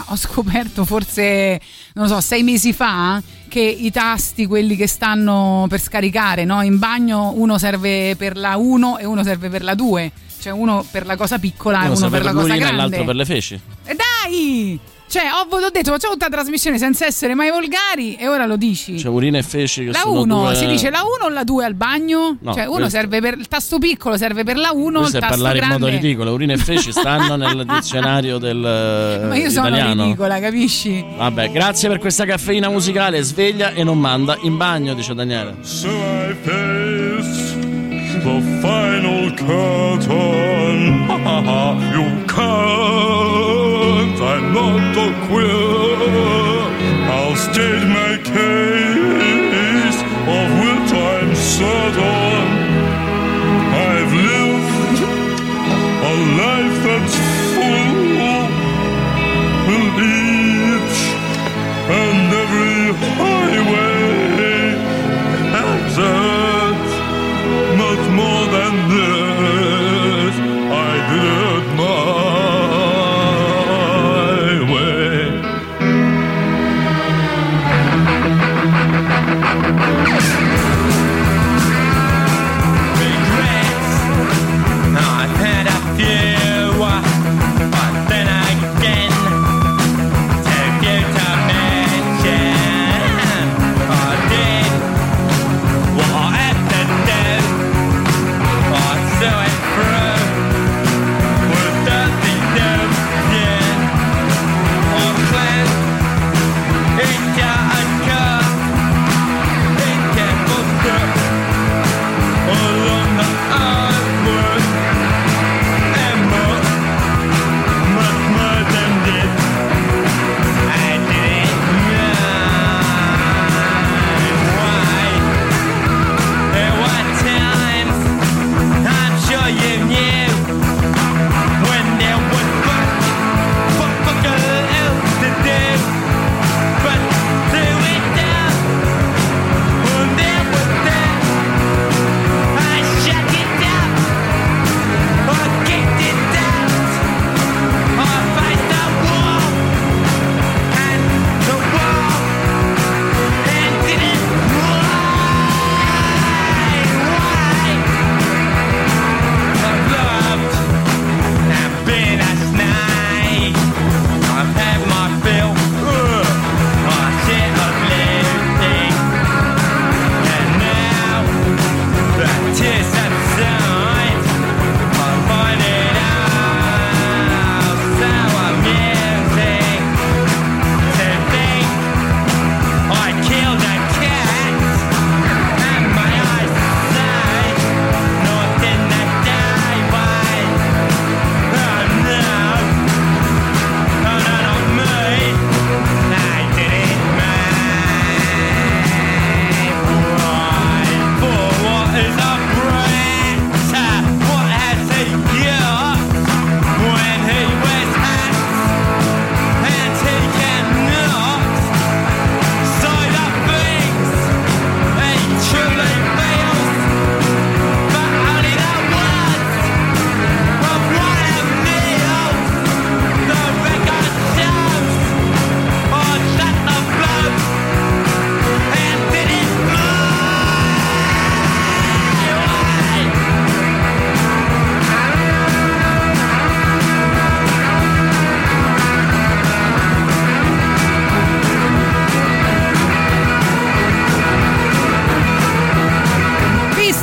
Speaker 5: forse non lo so 6 mesi fa che i tasti, quelli che stanno per scaricare, no, in bagno, uno serve per la 1 e uno serve per la 2, cioè uno per la cosa piccola e uno per la cosa grande,
Speaker 4: e l'altro per le feci.
Speaker 5: E dai! Cioè, ho detto, facciamo tutta la trasmissione senza essere mai volgari e ora lo dici.
Speaker 4: Cioè, urina e feci che
Speaker 5: la
Speaker 4: sono
Speaker 5: 1,
Speaker 4: due...
Speaker 5: si dice la 1 o la 2 al bagno?
Speaker 4: No,
Speaker 5: cioè, uno serve per il tasto piccolo, serve per la 1,
Speaker 4: questo
Speaker 5: il tasto
Speaker 4: è parlare
Speaker 5: grande.
Speaker 4: in modo ridicolo. Urina e feci stanno nel dizionario del
Speaker 5: ma io sono
Speaker 4: italiano.
Speaker 5: ridicola, capisci?
Speaker 4: Vabbè, grazie per questa caffeina musicale. Sveglia e non manda in bagno, dice Daniele.
Speaker 12: So I face the final curtain. You can't, I'm not a queer. I'll state my case, of which I'm certain. I've lived a life that's full, with each and every highway exit, much more than this.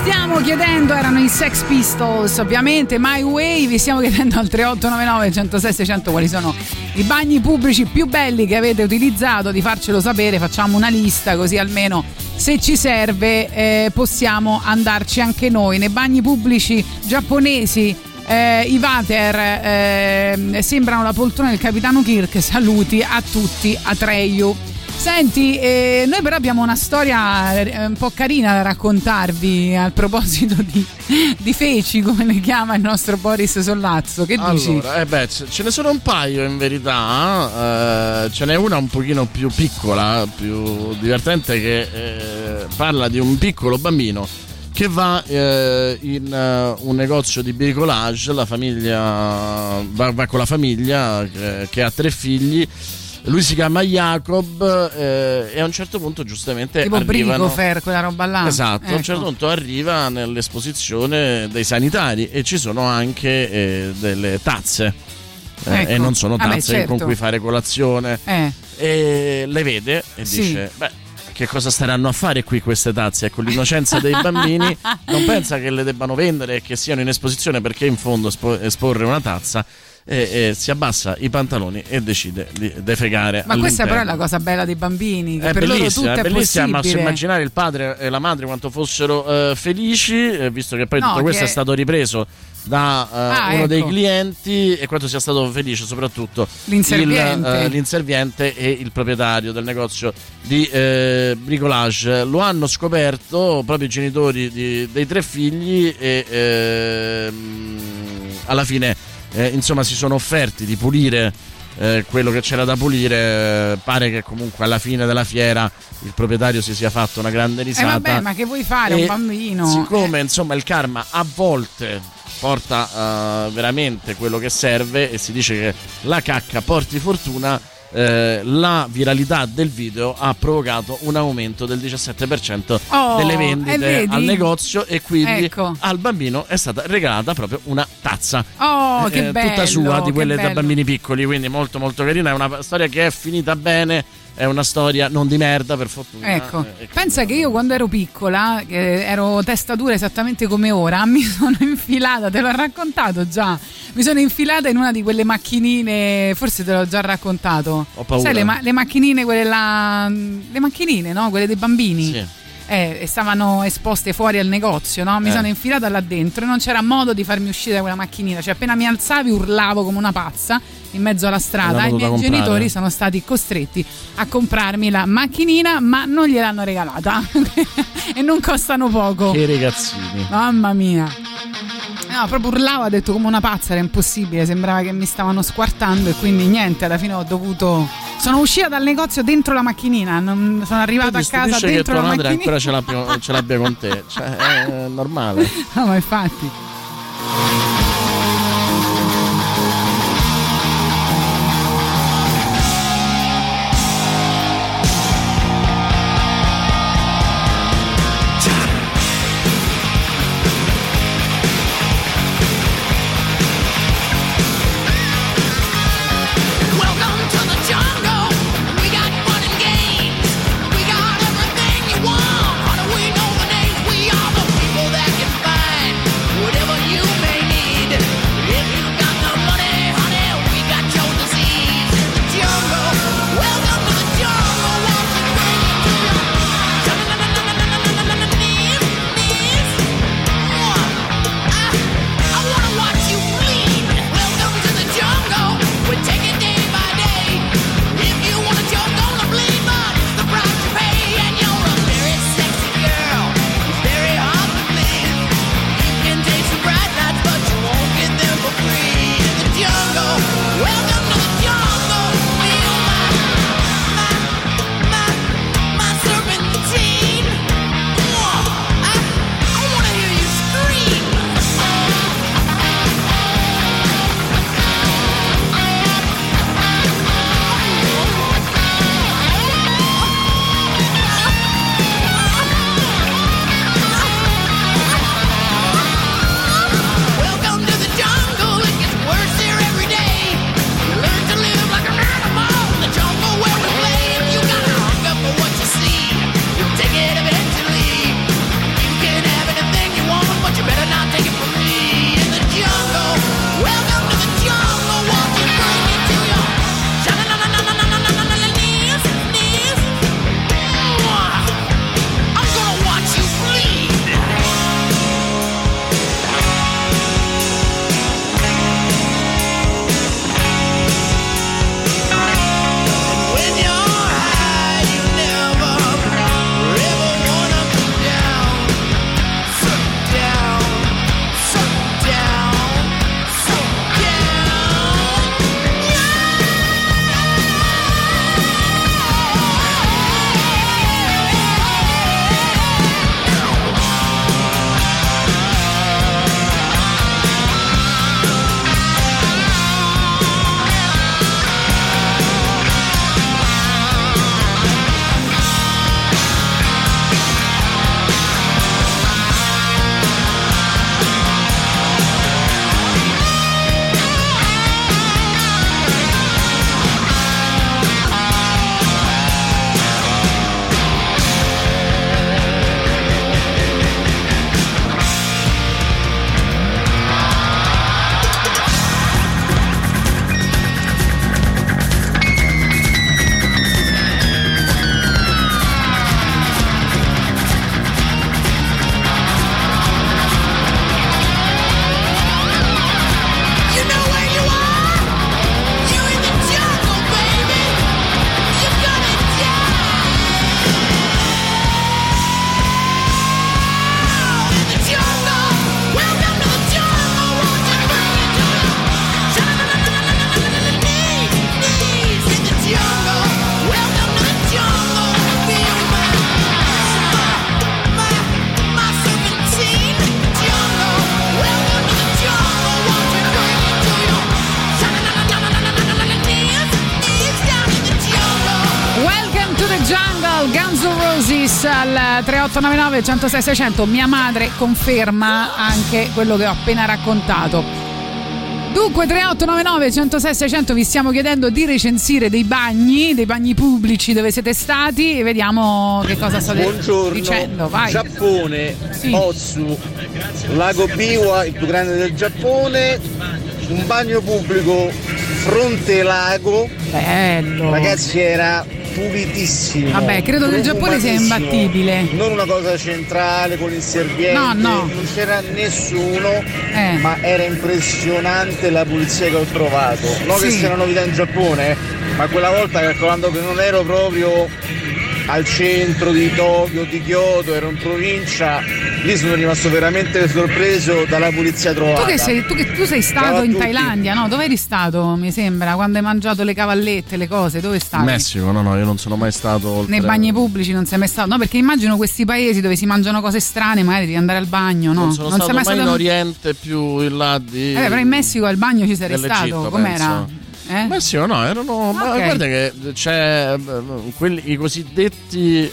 Speaker 5: stiamo chiedendo, erano i Sex Pistols, ovviamente, My Way. Vi stiamo chiedendo al 3899 106 600 quali sono i bagni pubblici più belli che avete utilizzato, di farcelo sapere, facciamo una lista così almeno se ci serve possiamo andarci anche noi. Nei bagni pubblici giapponesi i water sembrano la poltrona del capitano Kirk. Saluti a tutti, Atreyu. Senti, noi però abbiamo una storia un po' carina da raccontarvi a proposito di feci, come le chiama il nostro Boris Sollazzo. Che dici?
Speaker 4: Allora, ce ne sono un paio in verità. Ce n'è una un pochino più piccola, più divertente, che parla di un piccolo bambino che va in un negozio di bricolage. La famiglia va con la famiglia che ha 3 figli. Lui si chiama Jacob e a un certo punto giustamente
Speaker 5: tipo
Speaker 4: arrivano...
Speaker 5: Bricofer, quella roba là.
Speaker 4: Esatto,
Speaker 5: ecco.
Speaker 4: A un certo punto arriva nell'esposizione dei sanitari e ci sono anche delle tazze.
Speaker 5: Ecco.
Speaker 4: E non sono tazze
Speaker 5: certo.
Speaker 4: con cui fare colazione. E le vede e dice: beh, che cosa staranno a fare qui queste tazze? Ecco, l'innocenza dei bambini non pensa che le debbano vendere e che siano in esposizione, perché in fondo esporre una tazza. E si abbassa i pantaloni e decide di defecare.
Speaker 5: Ma questa però è la cosa bella dei bambini, che per loro tutto è
Speaker 4: bellissima, ma
Speaker 5: possibile.
Speaker 4: immaginare il padre e la madre quanto fossero felici, visto che poi tutto questo è stato ripreso da uno dei clienti, e quanto sia stato felice soprattutto l'inserviente e il proprietario del negozio di bricolage. Lo hanno scoperto proprio i genitori dei 3 figli e alla fine insomma si sono offerti di pulire quello che c'era da pulire. Pare che comunque alla fine della fiera il proprietario si sia fatto una grande risata.
Speaker 5: Vabbè, ma che vuoi fare, un bambino?
Speaker 4: Siccome insomma il karma a volte porta veramente quello che serve, e si dice che la cacca porti fortuna, la viralità del video ha provocato un aumento del 17% delle vendite al negozio, e quindi al bambino è stata regalata proprio una tazza
Speaker 5: che bello,
Speaker 4: tutta sua, di quelle
Speaker 5: da
Speaker 4: bambini piccoli, quindi molto molto carina. È una storia che è finita bene, è una storia non di merda, per fortuna.
Speaker 5: Ecco, pensa che io quando ero piccola, ero testa dura esattamente come ora, mi sono infilata, te l'ho raccontato già, mi sono infilata in una di quelle macchinine, forse te l'ho già raccontato.
Speaker 4: Ho paura.
Speaker 5: Sai le macchinine, quelle là, le macchinine, no? Quelle dei bambini.
Speaker 4: Sì.
Speaker 5: E stavano esposte fuori al negozio, no? Mi sono infilata là dentro e non c'era modo di farmi uscire da quella macchinina, cioè appena mi alzavi urlavo come una pazza in mezzo alla strada, e i miei genitori sono stati costretti a comprarmi la macchinina, ma non gliel'hanno regalata e non costano poco.
Speaker 4: Che ragazzini,
Speaker 5: mamma mia. No, proprio urlavo, ha detto come una pazza, era impossibile, sembrava che mi stavano squartando, e quindi niente, alla fine sono uscita dal negozio dentro la macchinina, sono arrivata a casa dentro
Speaker 4: che tua
Speaker 5: la
Speaker 4: madre
Speaker 5: macchinina.
Speaker 4: ancora ce l'abbia con te, cioè è normale.
Speaker 5: No, ma infatti.
Speaker 12: Whatever
Speaker 5: 3899 106 600. Mia madre conferma anche quello che ho appena raccontato. Dunque 3899 106 600, vi stiamo chiedendo di recensire dei bagni pubblici dove siete stati e vediamo che cosa state dicendo. Vai.
Speaker 19: Giappone, Otsu, Lago Biwa, il più grande del Giappone, un bagno pubblico fronte lago.
Speaker 5: Bello.
Speaker 19: Ragazzi, era pulitissimo.
Speaker 5: Vabbè, credo che il Giappone sia imbattibile.
Speaker 19: Non una cosa centrale con il serviente,
Speaker 5: no.
Speaker 19: Non c'era nessuno, ma era impressionante la pulizia che ho trovato. Non che sia una novità in Giappone, ma quella volta, calcolando che non ero proprio al centro di Tokyo, di Kyoto, ero in provincia, lì sono rimasto veramente sorpreso dalla pulizia trovata.
Speaker 5: Tu sei stato in Thailandia, no? Dove eri stato, mi sembra, quando hai mangiato le cavallette, le cose, dove stavi?
Speaker 4: In Messico, no, io non sono mai stato oltre...
Speaker 5: Nei bagni pubblici non sei mai stato? No, perché immagino questi paesi dove si mangiano cose strane, magari devi andare al bagno, no?
Speaker 4: Non sono stato
Speaker 5: sei
Speaker 4: mai in Oriente, più in là di...
Speaker 5: però in Messico al bagno ci sarei stato, com'era?
Speaker 4: Penso. Messico no, erano. Ma guarda che c'è i cosiddetti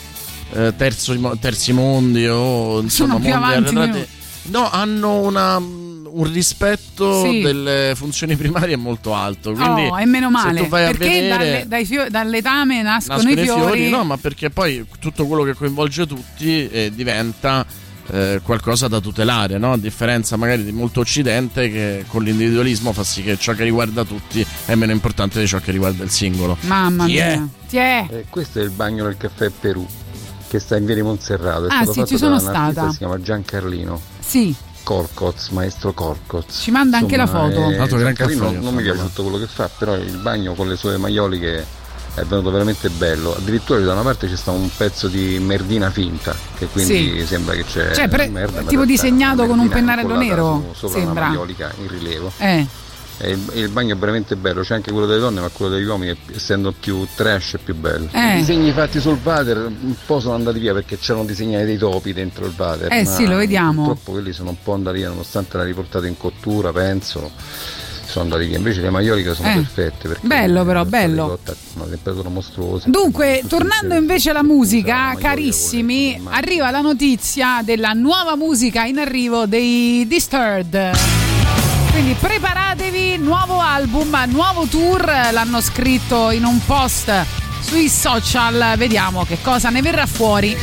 Speaker 4: terzi mondi o insomma
Speaker 5: sono più
Speaker 4: mondi
Speaker 5: avanti
Speaker 4: arretrati. No, hanno un rispetto delle funzioni primarie molto alto. Quindi
Speaker 5: e meno male.
Speaker 4: Se tu vai
Speaker 5: perché
Speaker 4: a vedere,
Speaker 5: dall'etame nascono i fiori.
Speaker 4: No, ma perché poi tutto quello che coinvolge tutti diventa qualcosa da tutelare, no? A differenza magari di molto occidente che con l'individualismo fa sì che ciò che riguarda tutti è meno importante di ciò che riguarda il singolo.
Speaker 5: Mamma mia.
Speaker 20: Questo è il bagno del caffè Perù, che sta in via di Monserrato. È stato fatto
Speaker 5: ci sono
Speaker 20: da un artista
Speaker 5: stata.
Speaker 20: che si chiama Giancarlino.
Speaker 5: Sì.
Speaker 20: Corcoz, maestro Corcoz.
Speaker 5: Ci manda anche la foto.
Speaker 20: Non mi piace tutto quello che fa, però il bagno con le sue maioliche è venuto veramente bello. Addirittura da una parte c'è sta un pezzo di merdina finta, che quindi sembra che c'è merda,
Speaker 5: tipo disegnato con un pennarello nero
Speaker 20: sopra
Speaker 5: sembra
Speaker 20: una maiolica in rilievo. Il bagno è veramente bello, c'è anche quello delle donne, ma quello degli uomini, essendo più trash, è più bello. I disegni fatti sul water un po' sono andati via perché c'erano disegnati dei topi dentro il water.
Speaker 5: Sì, lo vediamo.
Speaker 20: Purtroppo quelli sono un po' andati via, nonostante la riportata in cottura, penso. Sono andati via, invece le maioliche sono perfette perché
Speaker 5: bello, però bello,
Speaker 20: una temperatura mostruosa.
Speaker 5: Dunque, tornando invece alla musica, carissimi, arriva la notizia della nuova musica in arrivo dei Disturbed. Quindi preparatevi, nuovo album, nuovo tour, l'hanno scritto in un post sui social, vediamo che cosa ne verrà fuori.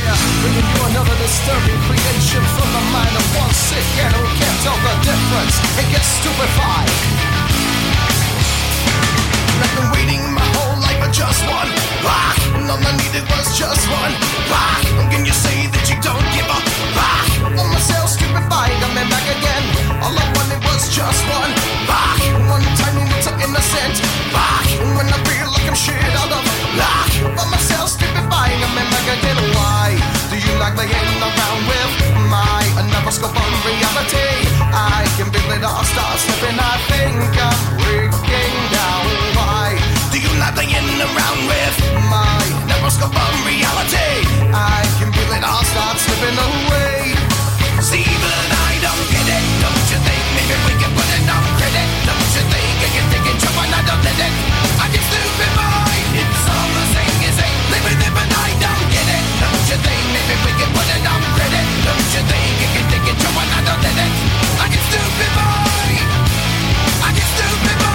Speaker 12: I've been waiting my whole life for just one rock, and all I needed was just one rock. How can you say that you don't give a rock? On myself stupefied, coming back again. All I wanted was just one rock, one tiny little innocent rock. And when I feel like I'm shit out of luck, on myself stupefied, coming back again. Why do you like playing around with my another scope on reality? I can feel it all start slipping. I think I'm breaking down. Why do you like playing around with my neuroscope of reality? I can feel it all start slipping away. See, but I don't get it. Don't you think maybe we can put it on credit? Don't you think I can take it, jump on, I don't let it. I get stupid boy. It's all the same as a living it, but I don't get it. Don't you think maybe we can put it on credit? Don't you think I can take it, jump on, I don't let it. I get stupid boy. I get stupid boy.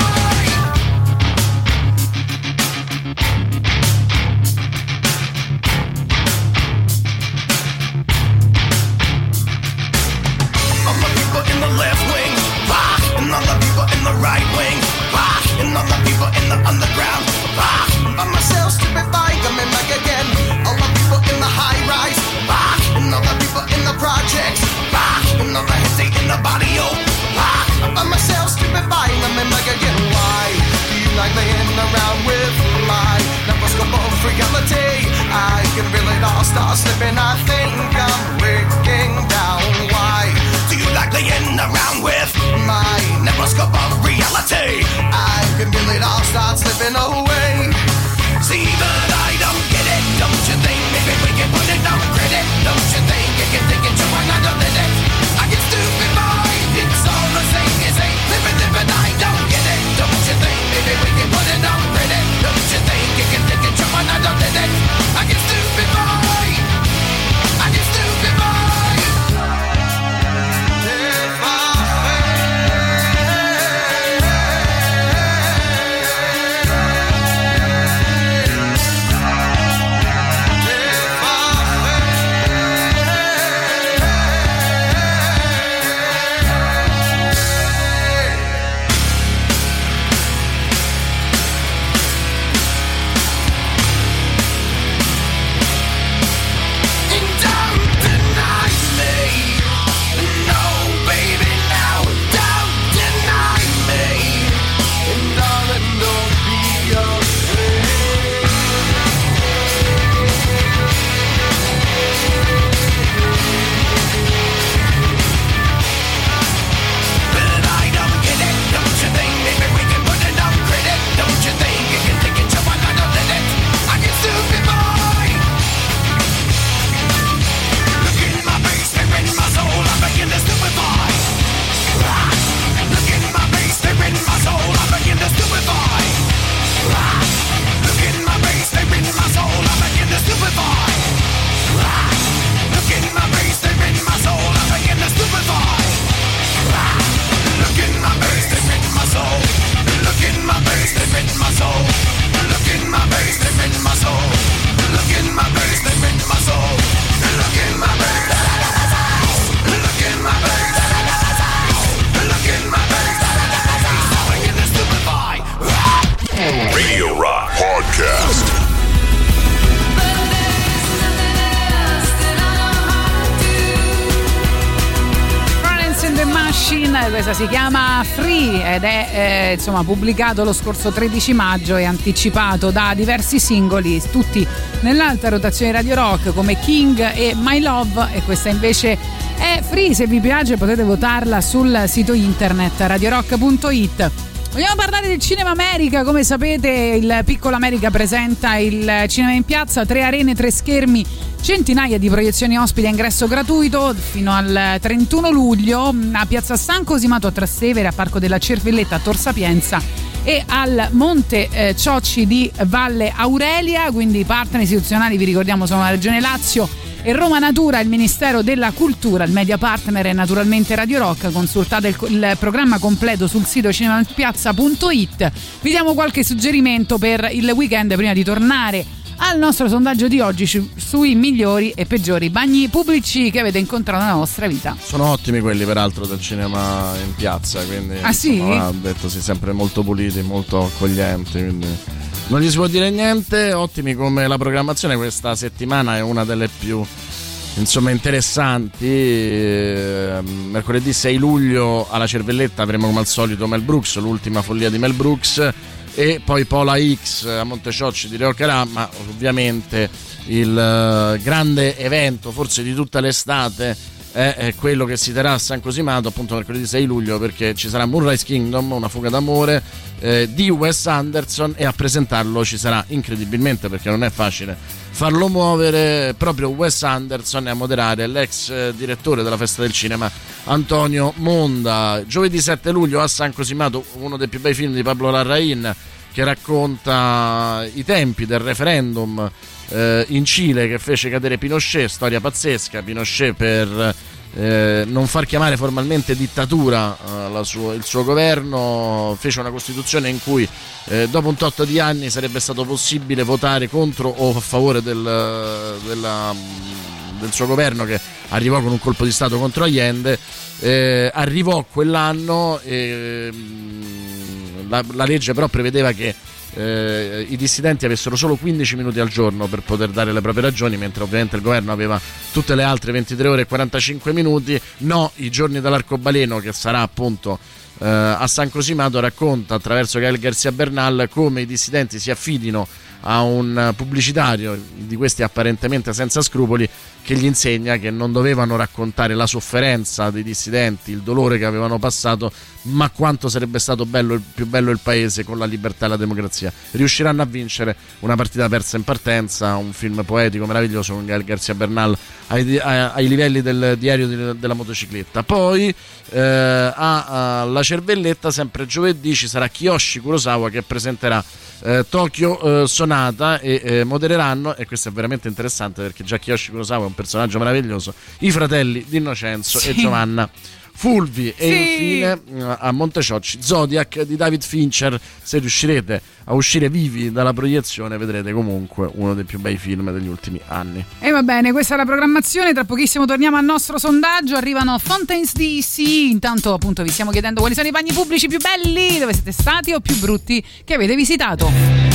Speaker 12: In the left wing, rock, and all the people in the right wing, rock, and all the people in the underground, rock. By myself, stupefied, coming back again. All the people in the high rise, rock, and all the people in the projects, rock, and all the heads in the body, oh, rock. By myself, stupefied, coming back again. Why do you like playing around with my neuroscope of reality? I can feel it all start slipping. I think I'm breaking down. Why do you like playing around with my neuroscope of reality? I can feel it all start slipping away. See, but I don't get it. Don't you think maybe we can put it on credit? Don't you think you can take it, why not don't let it? I get stupid boy. It's all the same as a living, but I don't get it. Don't you think maybe we can put it on credit? Don't you think you can take it, why not don't let it? I get stupid boy. I get
Speaker 5: Machine, questa si chiama Free ed è insomma pubblicato lo scorso 13 maggio e anticipato da diversi singoli, tutti nell'alta rotazione Radio Rock come King e My Love, e questa invece è Free. Se vi piace potete votarla sul sito internet radiorock.it. Vogliamo parlare del Cinema America. Come sapete, il Piccolo America presenta il Cinema in Piazza, 3 arene, 3 schermi, centinaia di proiezioni ospiti a ingresso gratuito fino al 31 luglio a Piazza San Cosimato a Trastevere, a Parco della Cervelletta a Tor Sapienza e al Monte Ciocci di Valle Aurelia. Quindi i partner istituzionali, vi ricordiamo, sono la Regione Lazio e Roma Natura, il Ministero della Cultura. Il media partner è naturalmente Radio Rock. Consultate il programma completo sul sito cinemampiazza.it. Vi diamo qualche suggerimento per il weekend prima di tornare al nostro sondaggio di oggi sui migliori e peggiori bagni pubblici che avete incontrato nella vostra vita.
Speaker 4: Sono ottimi quelli peraltro del Cinema in Piazza, quindi
Speaker 5: sì?
Speaker 4: Ha detto sì, sempre molto puliti, molto accoglienti, quindi non gli si può dire niente. Ottimi come la programmazione questa settimana è una delle più interessanti. Mercoledì 6 luglio alla Cervelletta avremo come al solito Mel Brooks, l'ultima follia di Mel Brooks, e poi Pola X a Monteciocci di Leo Carà, ma ovviamente il grande evento forse di tutta l'estate è quello che si terrà a San Cosimato appunto mercoledì 6 luglio, perché ci sarà Moonrise Kingdom, una fuga d'amore di Wes Anderson, e a presentarlo ci sarà incredibilmente, perché non è facile farlo muovere, proprio Wes Anderson, e a moderare l'ex direttore della Festa del Cinema Antonio Monda. Giovedì 7 luglio a San Cosimato uno dei più bei film di Pablo Larraín, che racconta i tempi del referendum in Cile che fece cadere Pinochet, storia pazzesca. Pinochet, per non far chiamare formalmente dittatura il suo governo, fece una costituzione in cui dopo un tot di anni sarebbe stato possibile votare contro o a favore del suo governo, che arrivò con un colpo di stato contro Allende. Arrivò quell'anno, la legge però prevedeva che i dissidenti avessero solo 15 minuti al giorno per poter dare le proprie ragioni, mentre ovviamente il governo aveva tutte le altre 23 ore e 45 minuti. No, I giorni dell'arcobaleno, che sarà appunto a San Cosimato, racconta attraverso Gael García Bernal come i dissidenti si affidino a un pubblicitario di questi apparentemente senza scrupoli, che gli insegna che non dovevano raccontare la sofferenza dei dissidenti, il dolore che avevano passato, ma quanto sarebbe stato più bello il paese con la libertà e la democrazia. Riusciranno a vincere una partita persa in partenza. Un film poetico meraviglioso con Gael García Bernal ai livelli del diario della motocicletta. Poi alla Cervelletta, sempre giovedì, ci sarà Kiyoshi Kurosawa, che presenterà Tokyo Sonata, e modereranno, e questo è veramente interessante perché già Kiyoshi Kurosawa è un personaggio meraviglioso, i fratelli Di Innocenzo e Giovanna Fulvi. E infine a Monteciocci Zodiac di David Fincher. Se riuscirete a uscire vivi dalla proiezione vedrete comunque uno dei più bei film degli ultimi anni.
Speaker 5: E va bene, questa è la programmazione. Tra pochissimo torniamo al nostro sondaggio, arrivano Fontaines DC. Intanto appunto vi stiamo chiedendo quali sono i bagni pubblici più belli dove siete stati o più brutti che avete visitato.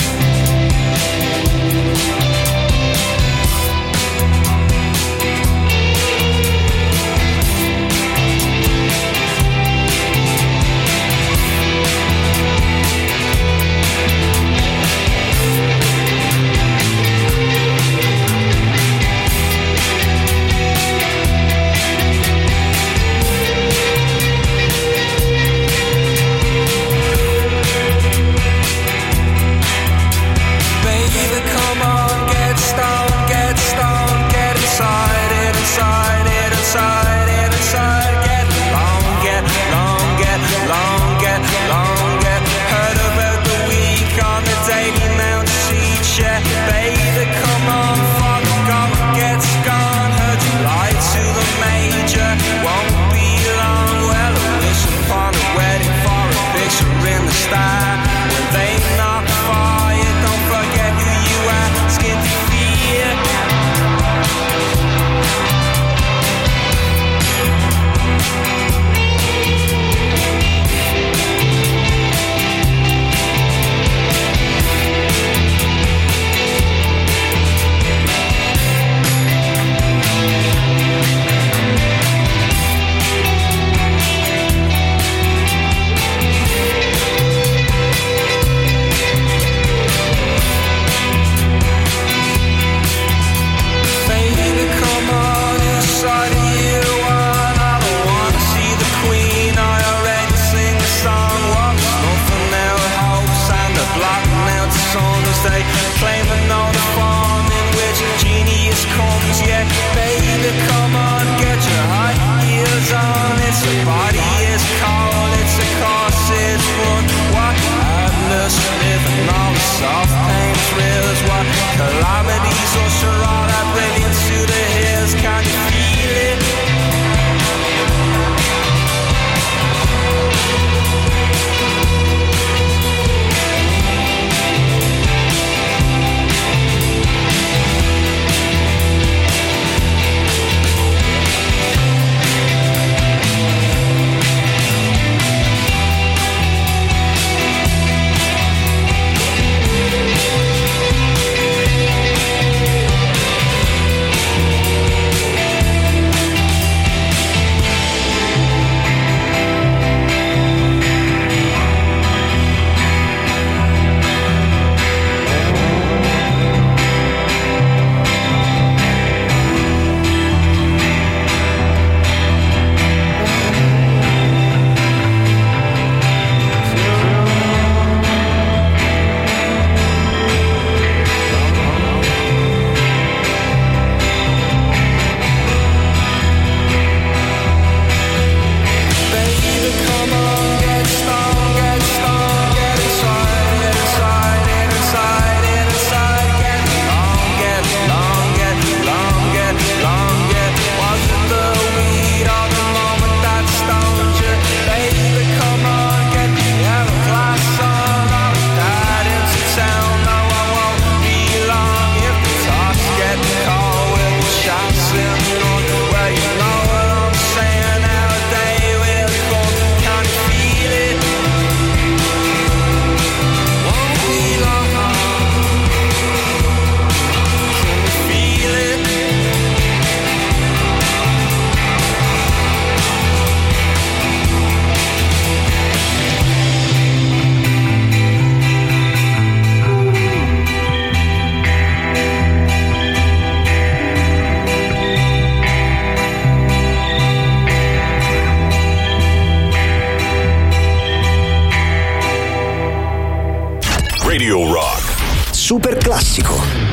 Speaker 1: super classico.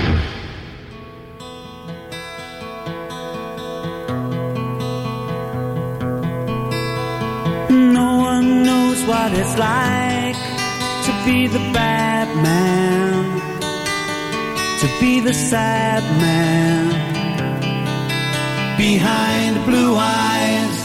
Speaker 12: No one knows what it's like to be the bad man, to be the sad man behind blue eyes.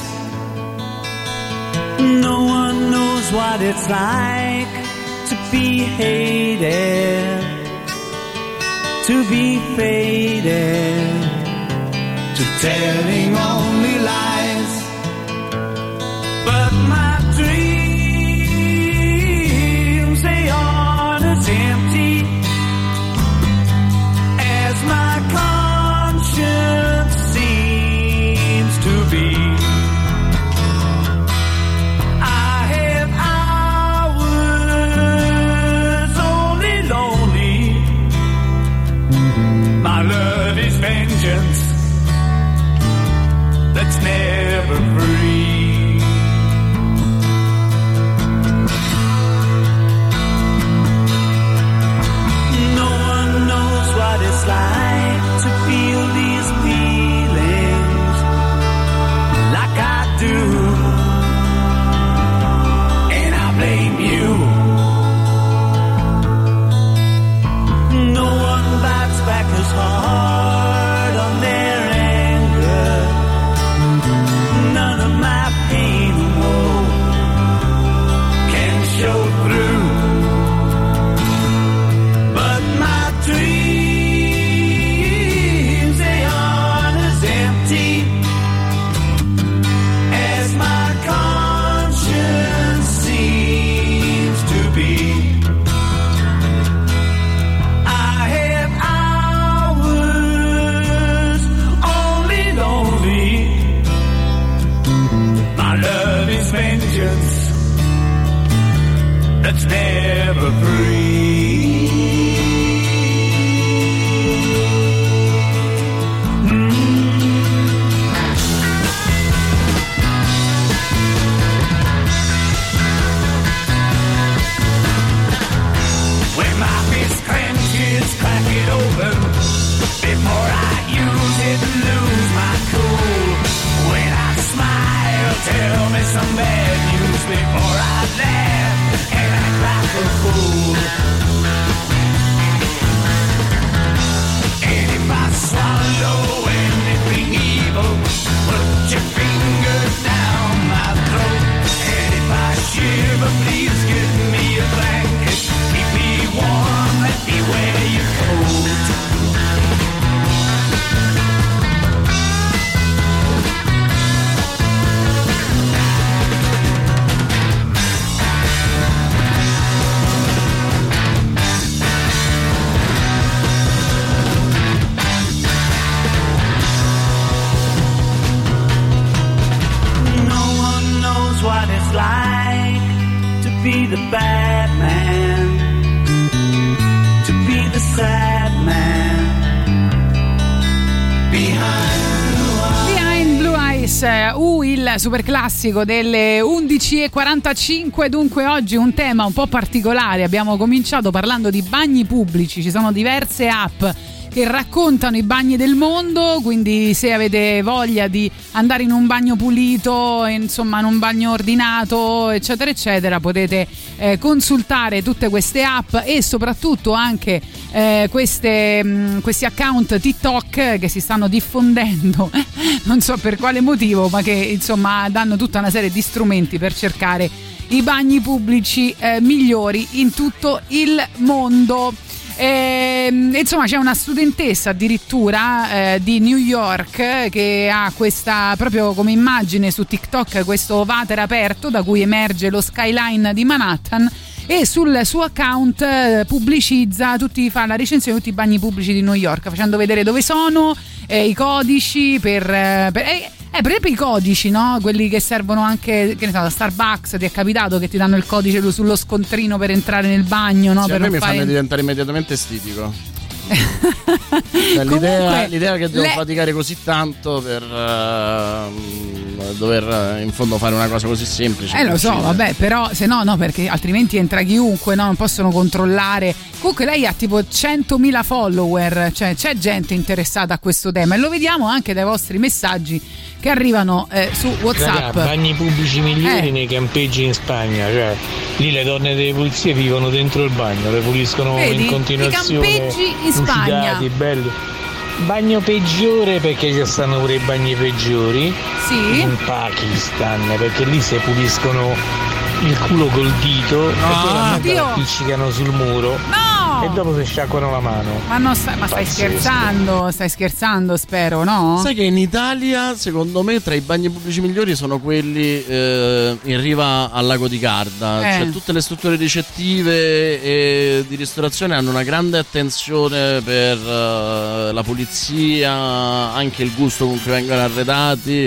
Speaker 12: No one knows what it's like to be hated, to be faded, to telling only lies. But my dreams, they aren't as empty as my conscience seems to be. I have hours only lonely. My love is vengeance that's never free. It's like to feel these feelings like I do, and I blame you. No one bites back as hard on their anger. None of my pain and woe can show through, but my dreams, as my conscience seems to be. I have hours only lonely. My love is vengeance that's never free. Crack it open before I use it and lose my cool. When I smile, tell me some bad news before I laugh and act like a fool. And if I swallow anything evil, put your finger down my throat. And if I shiver, please give me a blanket. Keep me warm, let me wear your coat. No one knows what it's like to be the bad man, to be the sad man
Speaker 5: Behind Blue Eyes, il super classico delle 11:45. Dunque oggi un tema un po' particolare. Abbiamo cominciato parlando di bagni pubblici, ci sono diverse app che raccontano i bagni del mondo, quindi se avete voglia di andare in un bagno pulito, insomma in un bagno ordinato, eccetera eccetera, potete consultare tutte queste app e soprattutto anche questi account TikTok che si stanno diffondendo non so per quale motivo, ma che insomma danno tutta una serie di strumenti per cercare i bagni pubblici migliori in tutto il mondo. Insomma c'è una studentessa addirittura di New York che ha questa, proprio come immagine su TikTok, questo water aperto da cui emerge lo skyline di Manhattan, e sul suo account pubblicizza fa la recensione di tutti i bagni pubblici di New York, facendo vedere dove sono, i codici per esempio i codici, no? Quelli che servono anche, che ne so, da Starbucks, ti è capitato che ti danno il codice sullo scontrino per entrare nel bagno, no?
Speaker 4: Sì,
Speaker 5: per
Speaker 4: a me mi fanno diventare immediatamente estetico. L'idea che devo faticare così tanto per dover in fondo fare una cosa così semplice.
Speaker 5: Lo so, vabbè, però se no, perché altrimenti entra chiunque, no? Non possono controllare. Comunque lei ha tipo 100.000 follower, cioè c'è gente interessata a questo tema e lo vediamo anche dai vostri messaggi che arrivano su WhatsApp.
Speaker 21: Raga, bagni pubblici migliori nei campeggi in Spagna, cioè lì le donne delle pulizie vivono dentro il bagno, le puliscono in continuazione.
Speaker 5: I campeggi in Spagna.
Speaker 21: Belli. Bagno peggiore perché ci stanno pure i bagni peggiori.
Speaker 5: Sì.
Speaker 21: In Pakistan, perché lì si puliscono il culo col dito e poi la appiccicano sul muro.
Speaker 5: No!
Speaker 21: E dopo si sciacquano la mano.
Speaker 5: Ma stai scherzando? Stai scherzando, spero, no?
Speaker 4: Sai che in Italia, secondo me, tra i bagni pubblici migliori sono quelli in riva al lago di Garda. Cioè tutte le strutture ricettive e di ristorazione hanno una grande attenzione per la pulizia, anche il gusto con cui vengono arredati.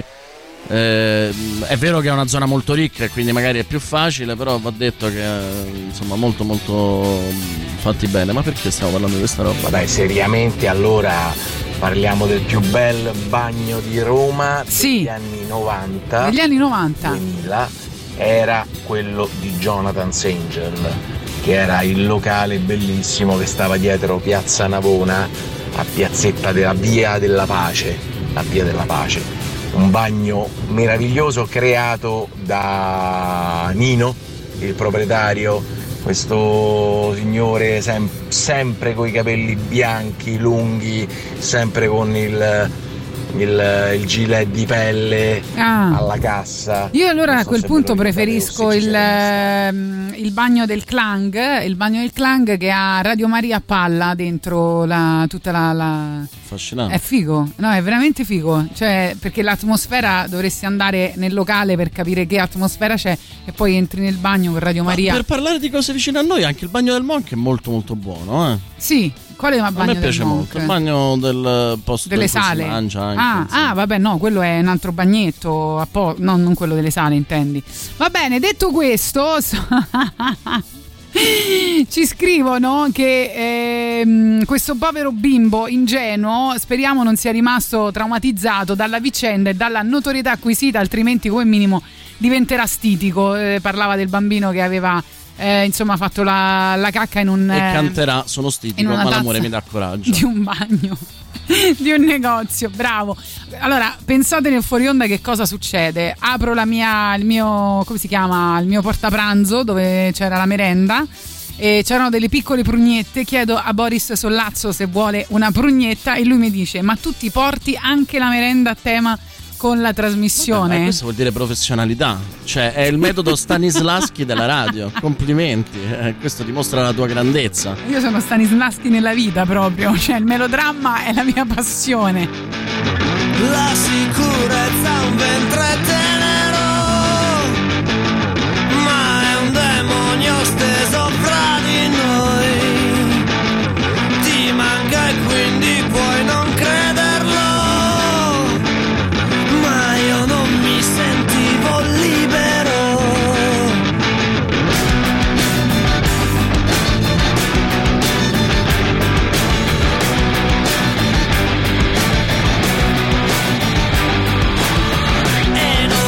Speaker 4: È vero che è una zona molto ricca e quindi magari è più facile, però va detto che insomma molto molto fatti bene. Ma perché stiamo parlando di questa roba?
Speaker 15: Dai, seriamente, allora parliamo del più bel bagno di Roma degli anni 90.
Speaker 5: Degli anni 90
Speaker 15: 2000 era quello di Jonathan's Angel, che era il locale bellissimo che stava dietro Piazza Navona, a piazzetta della Via della Pace, la Via della Pace. Un bagno meraviglioso creato da Nino, il proprietario, questo signore sempre con i capelli bianchi, lunghi, sempre con il gilet di pelle alla cassa.
Speaker 5: Io allora a quel punto preferisco il bagno del Clang, che ha Radio Maria a palla dentro tutta la
Speaker 4: affascinante.
Speaker 5: È figo, no, è veramente figo, cioè, perché l'atmosfera, dovresti andare nel locale per capire che atmosfera c'è e poi entri nel bagno con Radio Maria.
Speaker 4: Per parlare di cose vicine a noi, anche il bagno del Monk è molto molto buono,
Speaker 5: Sì. Quale bagno?
Speaker 4: A me piace molto il bagno del posto
Speaker 5: delle
Speaker 4: dove
Speaker 5: sale.
Speaker 4: si mangia anche,
Speaker 5: vabbè, no, quello è un altro bagnetto, no, non quello delle sale, intendi. Va bene, detto questo, ci scrivono che questo povero bimbo ingenuo, speriamo non sia rimasto traumatizzato dalla vicenda e dalla notorietà acquisita, altrimenti come minimo diventerà stitico. Parlava del bambino che aveva insomma fatto la cacca in un
Speaker 4: e canterà sono stitico ma l'amore mi dà coraggio
Speaker 5: di un bagno di un negozio. Bravo. Allora pensate nel fuori onda che cosa succede. Apro il mio come si chiama, il mio portapranzo dove c'era la merenda e c'erano delle piccole prugnette. Chiedo a Boris Sollazzo se vuole una prugnetta e lui mi dice: ma tu ti porti anche la merenda a tema con la trasmissione?
Speaker 4: Vabbè, questo vuol dire professionalità, cioè è il metodo Stanislavski della radio. Complimenti, questo dimostra la tua grandezza.
Speaker 5: Io sono Stanislavski nella vita proprio, cioè il melodramma è la mia passione.
Speaker 12: La sicurezza è un ventre tenero, ma è un demonio steso fra di noi. Ti manca e quindi puoi non crederlo, ma io non mi sentivo libero. E non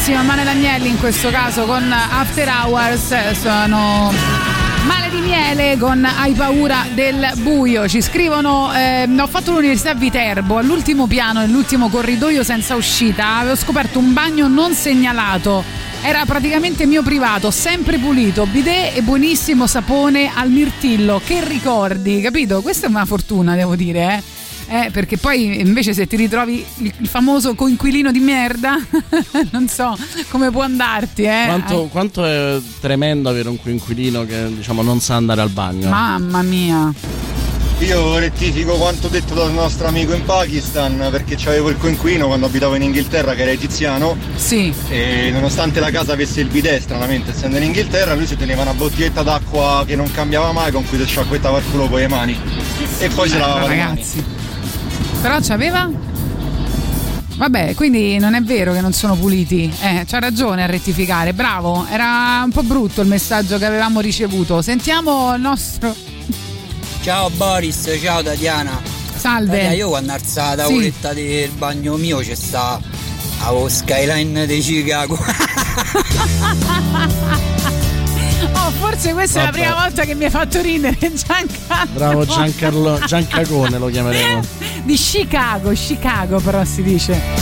Speaker 5: bravissima Manuel Agnelli in questo caso con After Hours. Sono Male di miele con Hai paura del buio. Ci scrivono: ho fatto l'università a Viterbo, all'ultimo piano, nell'ultimo corridoio senza uscita, avevo scoperto un bagno non segnalato, era praticamente mio privato, sempre pulito, bidet e buonissimo sapone al mirtillo. Che ricordi, capito? Questa è una fortuna, devo dire, perché poi invece se ti ritrovi il famoso coinquilino di merda non so come può andarti.
Speaker 4: Quanto è tremendo avere un coinquilino che, diciamo, non sa andare al bagno.
Speaker 5: Mamma mia.
Speaker 17: Io rettifico quanto detto dal nostro amico in Pakistan, perché c'avevo il coinquilino quando abitavo in Inghilterra, che era egiziano.
Speaker 5: Sì.
Speaker 17: E nonostante la casa avesse il bidet, stranamente essendo in Inghilterra, lui si teneva una bottiglietta d'acqua che non cambiava mai, con cui si sciacquettava il culo con le mani e poi si lavava le mani.
Speaker 5: Però c'aveva? Vabbè, quindi non è vero che non sono puliti. C'ha ragione a rettificare, bravo. Era un po' brutto il messaggio che avevamo ricevuto. Sentiamo il nostro.
Speaker 3: Ciao Boris, ciao Tatiana.
Speaker 5: Salve.
Speaker 3: Io quando alzo la tavoletta del bagno mio c'è sta lo skyline di Chicago.
Speaker 5: Oh, forse questa è la prima volta che mi hai fatto ridere, Giancarlo.
Speaker 4: Bravo Giancagone lo chiameremo.
Speaker 5: Di Chicago però si dice.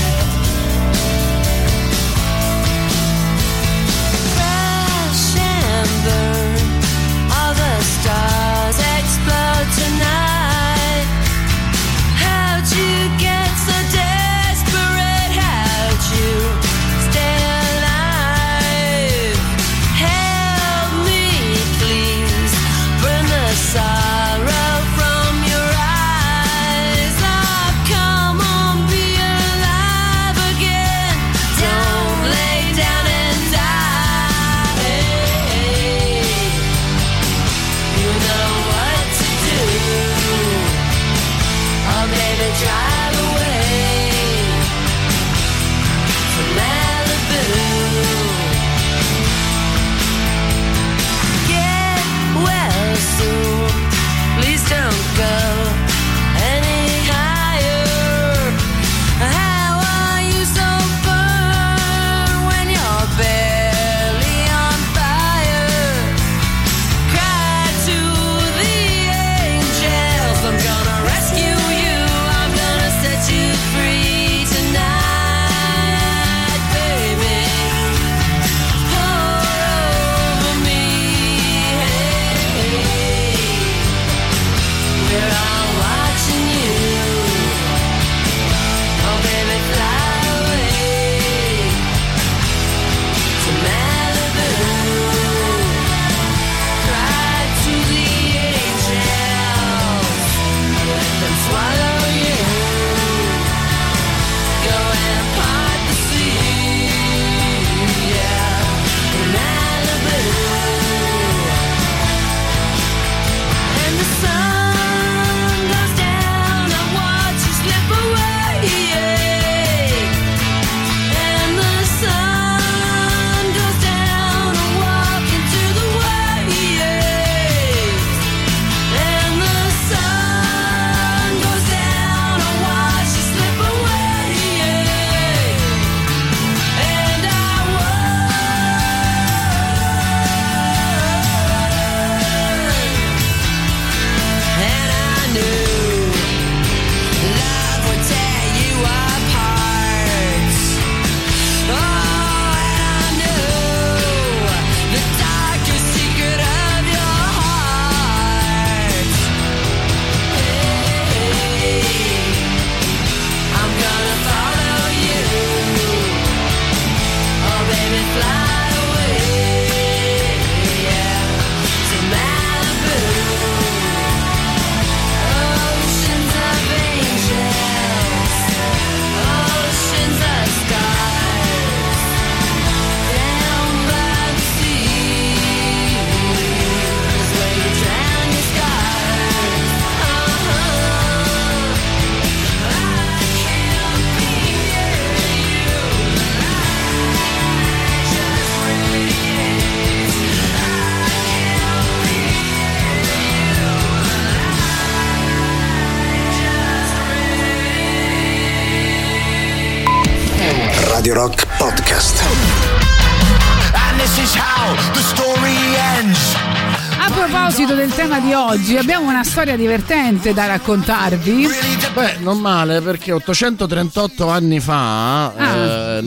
Speaker 1: Radio Rock Podcast.
Speaker 12: And this is how the story ends.
Speaker 5: A proposito del tema di oggi, abbiamo una storia divertente da raccontarvi.
Speaker 4: Beh, non male, perché 838 anni fa a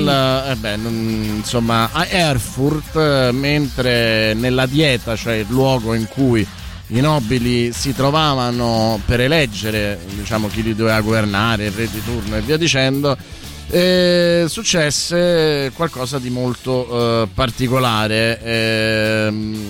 Speaker 4: Erfurt, mentre nella Dieta, cioè il luogo in cui i nobili si trovavano per eleggere, diciamo, chi li doveva governare, il re di turno e via dicendo, successe qualcosa di molto particolare,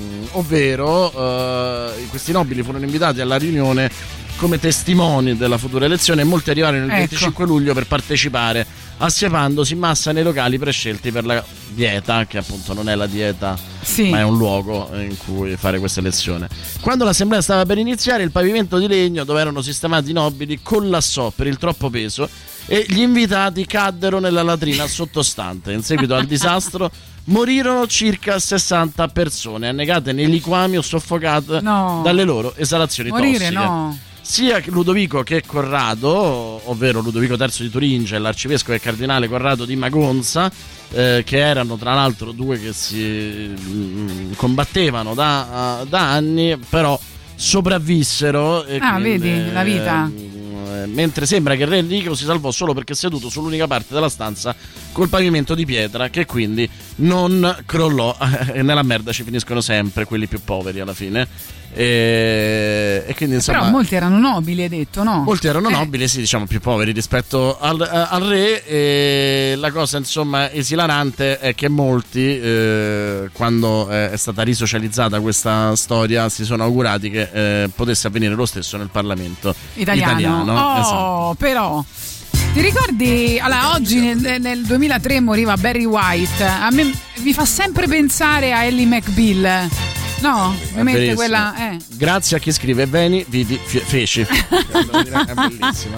Speaker 4: ovvero questi nobili furono invitati alla riunione come testimoni della futura elezione e molti arrivarono il 25 luglio per partecipare, assiepandosi in massa nei locali prescelti per la dieta, che appunto non è la dieta, ma è un luogo in cui fare questa elezione. Quando l'assemblea stava per iniziare, il pavimento di legno dove erano sistemati i nobili collassò per il troppo peso e gli invitati caddero nella latrina sottostante. In seguito al disastro morirono circa 60 persone, annegate nei liquami o soffocate dalle loro esalazioni tossiche. Sia Ludovico che Corrado, ovvero Ludovico III di Turingia e l'arcivescovo e cardinale Corrado di Magonza, che erano tra l'altro due che si combattevano da anni, però sopravvissero.
Speaker 5: Vedi la vita.
Speaker 4: Mentre sembra che il re Enrico si salvò solo perché seduto sull'unica parte della stanza col pavimento di pietra, che quindi non crollò, e nella merda ci finiscono sempre quelli più poveri alla fine. E quindi insomma,
Speaker 5: però molti erano nobili, hai detto, no?
Speaker 4: Molti erano nobili, sì, diciamo più poveri rispetto al re. E la cosa insomma esilarante è che molti, quando è stata risocializzata questa storia, si sono augurati che potesse avvenire lo stesso nel Parlamento italiano.
Speaker 5: Esatto. Però ti ricordi, allora, oggi nel 2003 moriva Barry White, a me mi fa sempre pensare a Ellie McBeal. No, ovviamente quella.
Speaker 4: Grazie a chi scrive Veni, vivi, feci. È bellissima.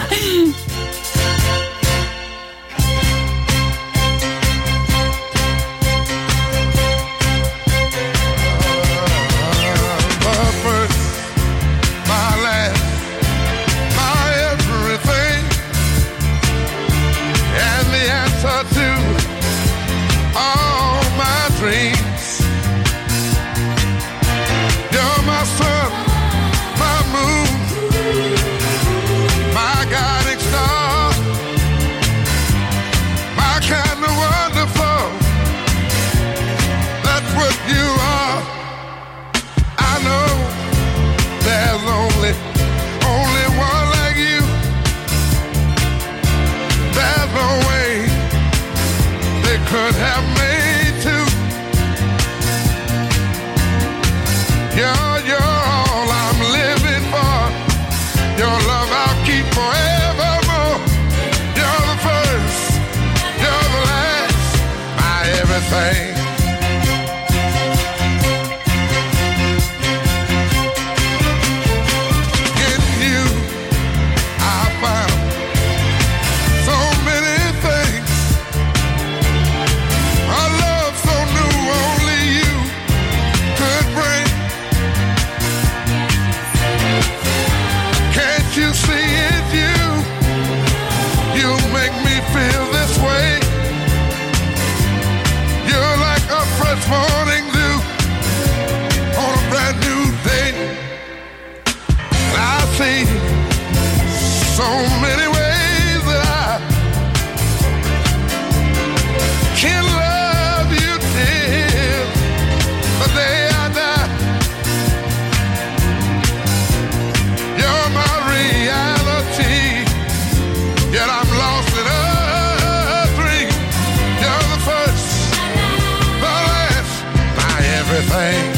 Speaker 12: Could have made two. You're all I'm living for. Your love I'll keep forevermore. You're the first, you're the last, my everything. In you I found so many things. A love so new only you could bring. Can't you see it, you make me feel this way. You're like a fresh morning dew on a brand new day. I see so many ways that I can love you till the day I die. You're my reality, yet I'm lost in a dream. You're the first, the last, my everything.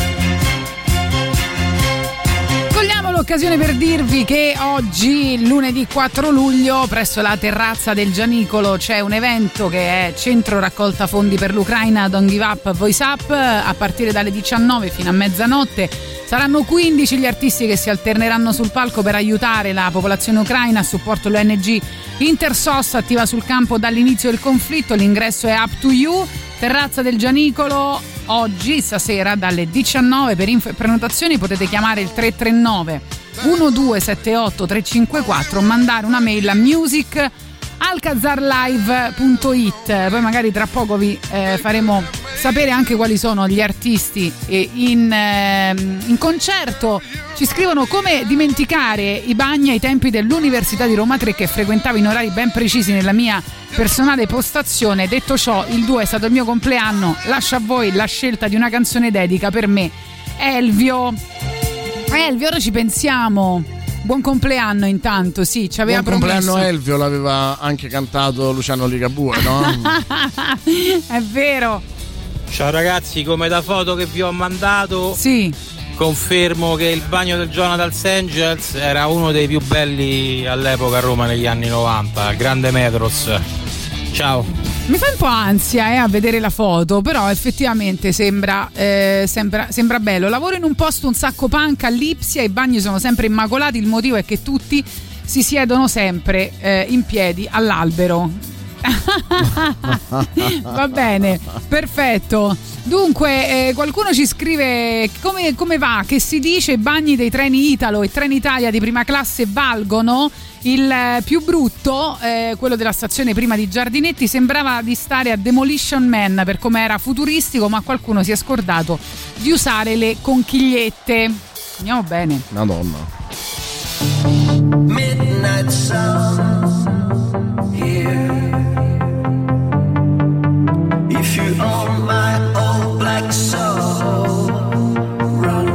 Speaker 5: Cogliamo l'occasione per dirvi che oggi, lunedì 4 luglio, presso la terrazza del Gianicolo c'è un evento che è Centro Raccolta Fondi per l'Ucraina Don't Give Up Voice Up, a partire dalle 19 fino a mezzanotte. Saranno 15 gli artisti che si alterneranno sul palco per aiutare la popolazione ucraina a supporto dell'ONG Intersos, attiva sul campo dall'inizio del conflitto. L'ingresso è up to you. Terrazza del Gianicolo, oggi, stasera, dalle 19. Per info e prenotazioni potete chiamare il 339 1278 354 o mandare una mail a music alcazarlive.it. Poi magari tra poco vi faremo sapere anche quali sono gli artisti in concerto. Ci scrivono: come dimenticare i bagni ai tempi dell'Università di Roma 3 che frequentavo in orari ben precisi nella mia personale postazione. Detto ciò, il 2 è stato il mio compleanno, lascio a voi la scelta di una canzone dedica per me. Elvio, ora ci pensiamo. Buon compleanno intanto, sì, ci aveva
Speaker 4: promesso. Buon compleanno
Speaker 5: promesso.
Speaker 4: Elvio, l'aveva anche cantato Luciano Ligabue, no?
Speaker 5: È vero.
Speaker 21: Ciao ragazzi, come da foto che vi ho mandato,
Speaker 5: sì,
Speaker 21: confermo che il bagno del Jonathan's Angels era uno dei più belli all'epoca a Roma negli anni 90, grande Metros. Ciao.
Speaker 5: Mi fa un po' ansia a vedere la foto, però effettivamente sembra bello. Lavoro in un posto un sacco punk a Lipsia, i bagni sono sempre immacolati, il motivo è che tutti si siedono sempre in piedi all'albero. Va bene, perfetto. Dunque qualcuno ci scrive come va, che si dice i bagni dei treni Italo e Trenitalia di prima classe valgono. Il più brutto, quello della stazione prima di Giardinetti, sembrava di stare a Demolition Man per come era futuristico, ma qualcuno si è scordato di usare le conchigliette. Andiamo bene.
Speaker 4: Madonna.
Speaker 12: Midnight sun here. If you own my old black soul, run.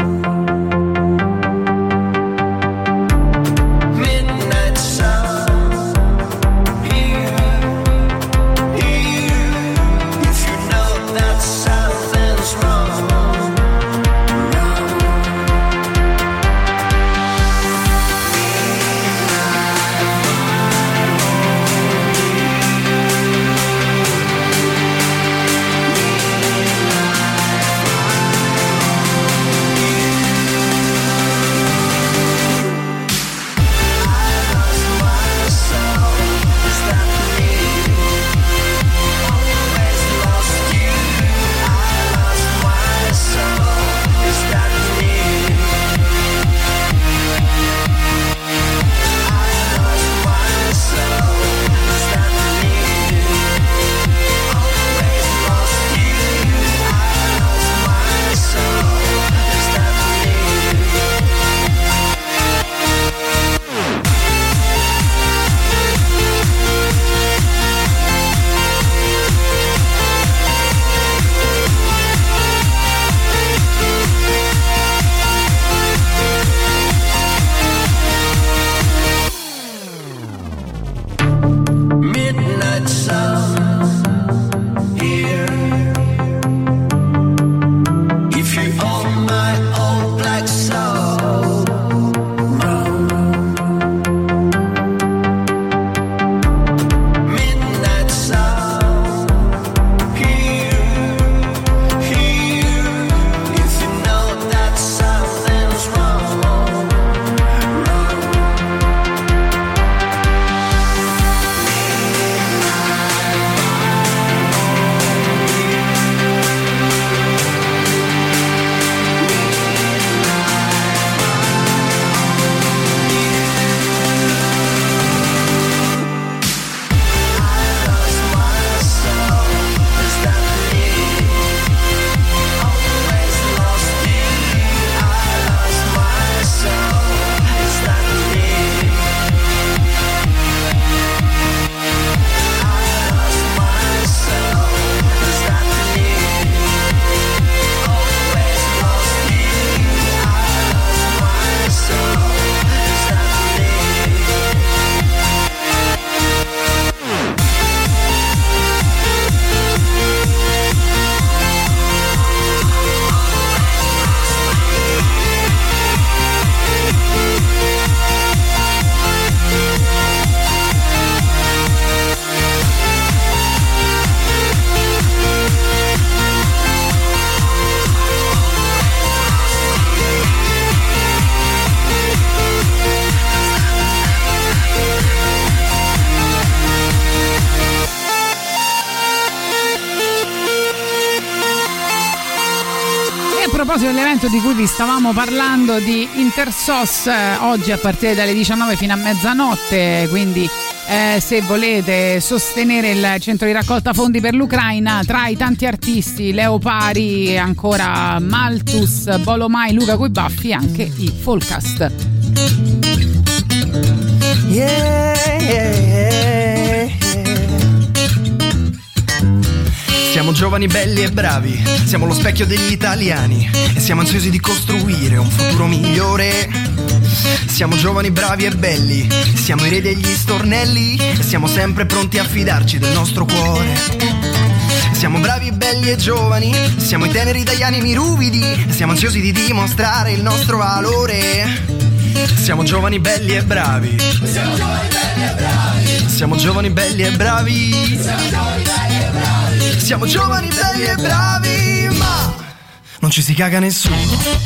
Speaker 12: Midnight sun here, here. If you know that something's wrong, run. Midnight sun here. If you own my old black soul, run. Midnight sun here, here. If you know that something's wrong, run.
Speaker 5: A proposito dell'evento di cui vi stavamo parlando di Intersos, oggi a partire dalle 19 fino a mezzanotte, quindi se volete sostenere il centro di raccolta fondi per l'Ucraina. Tra i tanti artisti, Leo Pari, ancora Malthus, Bolomai, Luca coi baffi e anche i Folcast.
Speaker 9: Siamo giovani, belli e bravi, siamo lo specchio degli italiani e siamo ansiosi di costruire un futuro migliore. Siamo giovani, bravi e belli, siamo i re degli stornelli e siamo sempre pronti a fidarci del nostro cuore. Siamo bravi, belli e giovani, siamo i teneri dagli animi ruvidi e siamo ansiosi di dimostrare il nostro valore. Siamo giovani, belli e bravi, siamo giovani, belli e bravi, siamo giovani, belli e bravi, siamo giovani, belli e bravi, ma non ci si caga nessuno.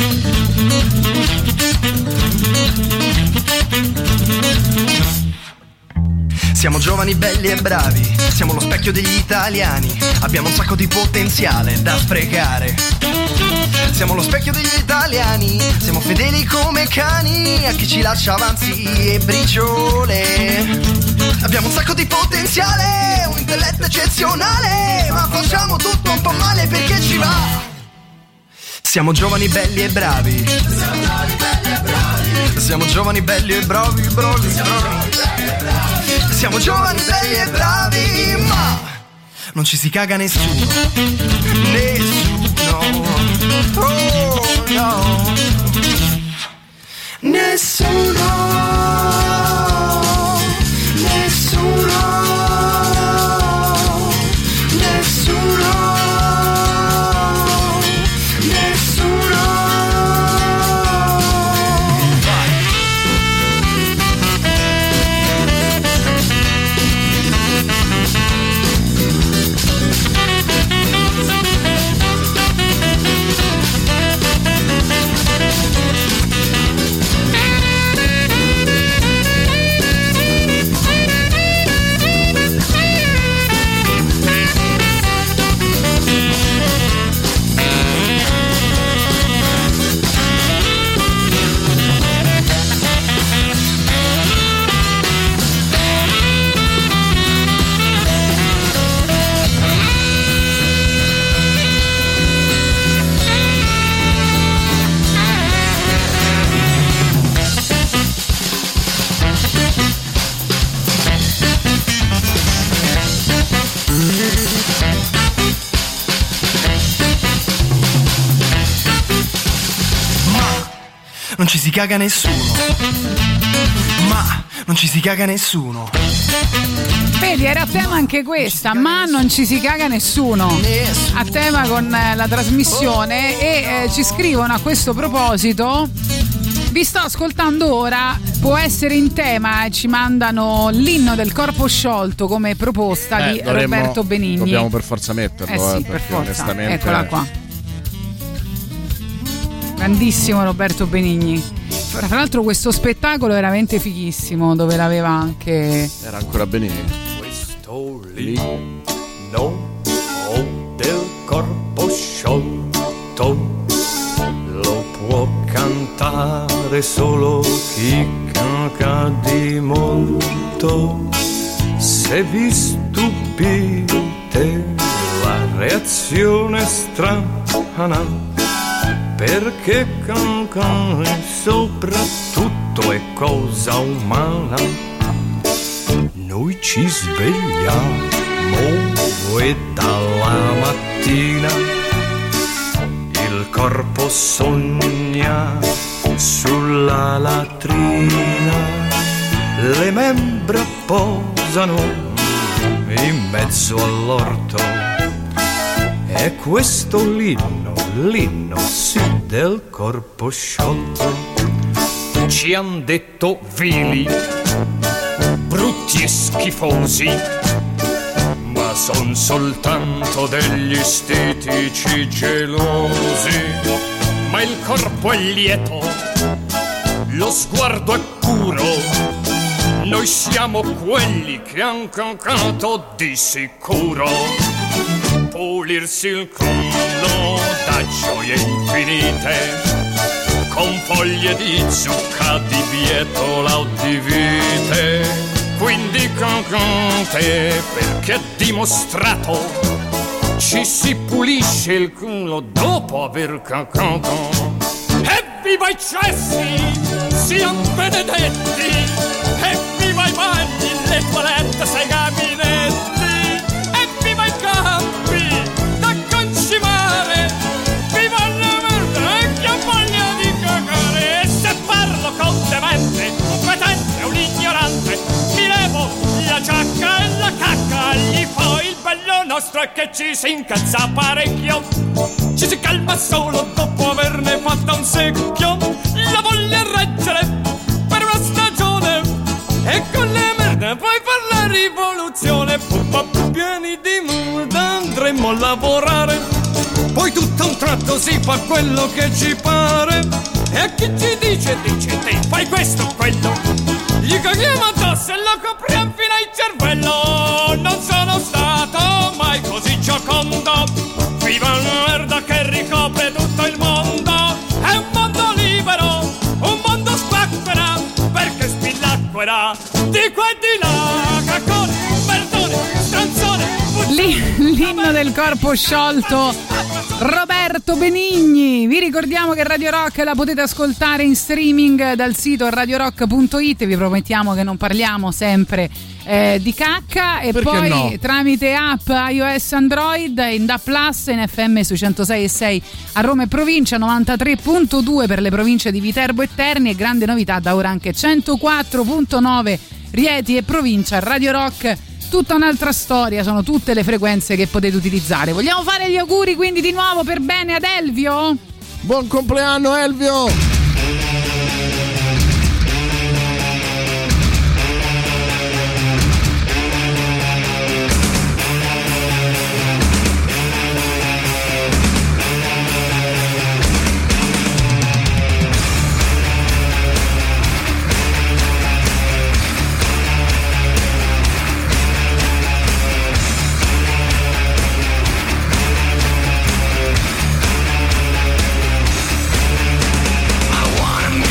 Speaker 9: Siamo giovani, belli e bravi, siamo lo specchio degli italiani, abbiamo un sacco di potenziale da sprecare. Siamo lo specchio degli italiani, siamo fedeli come cani a chi ci lascia avanzi e briciole. Abbiamo un sacco di potenziale, un intelletto eccezionale, ma facciamo tutto un po' male perché ci va. Siamo giovani, belli e bravi, siamo giovani, belli e bravi, siamo giovani, belli e bravi, bravi, bravi. Siamo giovani, belli e bravi, ma non ci si caga nessuno. Nessuno. Oh no. Nessuno. Nessuno. Nessuno. Nessuno. Non ci si caga nessuno. Ma non ci si caga nessuno.
Speaker 5: Vedi, era a tema anche questa, ma non ci si caga nessuno. A tema con la trasmissione e ci scrivono a questo proposito: vi sto ascoltando ora, può essere in tema, e ci mandano l'inno del corpo sciolto come proposta di Roberto Benigni.
Speaker 4: Dobbiamo per forza metterlo,
Speaker 5: sì, per forza.
Speaker 4: Onestamente.
Speaker 5: Eccola qua. Grandissimo Roberto Benigni. Tra l'altro questo spettacolo è veramente fighissimo, dove l'aveva anche...
Speaker 4: Era ancora Benigni.
Speaker 22: Questo l'inno del corpo sciolto lo può cantare solo chi caga di molto. Se vi stupite la reazione strana, perché cancare soprattutto è cosa umana. Noi ci svegliamo e dalla mattina il corpo sogna sulla latrina, le membra posano in mezzo all'orto. È questo l'inno sì del corpo sciolto. Ci han detto vili, brutti e schifosi, ma son soltanto degli stitici gelosi. Ma il corpo è lieto, lo sguardo è puro, noi siamo quelli che han cancato di sicuro. Pulirsi il culo da gioie infinite, con foglie di zucca, di bietola o di vite. quindi con te, perché è dimostrato ci si pulisce il culo dopo aver cagato. Evviva i cessi, siano benedetti, evviva i bagni, le toilette, sei gabinetti, evviva i campi da concimare, viva la merda e che ha voglia di cagare. E se parlo con demente, un petente, un ignorante, mi levo la giacca e la cacca, gli fai il bello nostro è che ci si incazza parecchio, ci si calma solo dopo averne fatta un secchio, la voglia reggere per una stagione e con le merde poi per la rivoluzione. Pieni di merda andremo a lavorare, poi tutto a un tratto si fa quello che ci pare, e a chi ci dice te fai questo o quello, gli caghiamo addosso e lo copriamo fino al cervello. Non sono stato mai così giocondo, viva la merda che ricopre tutto il mondo, è un mondo libero, un mondo spacquera, perché spillacquera di qua e di là, caccone, merdone, stronzone,
Speaker 5: l'inno del corpo sciolto, Roberto Benigni. Vi ricordiamo che Radio Rock la potete ascoltare in streaming dal sito radiorock.it. Vi promettiamo che non parliamo sempre di cacca, e
Speaker 4: perché
Speaker 5: poi
Speaker 4: no?
Speaker 5: Tramite app iOS, Android, in DAB+, in FM sui 106.6 a Roma e provincia, 93.2 per le province di Viterbo e Terni, e grande novità da ora anche 104.9 Rieti e provincia. Radio Rock tutta un'altra storia, sono tutte le frequenze che potete utilizzare. Vogliamo fare gli auguri quindi di nuovo per bene ad Elvio?
Speaker 4: Buon compleanno Elvio!
Speaker 12: I wanna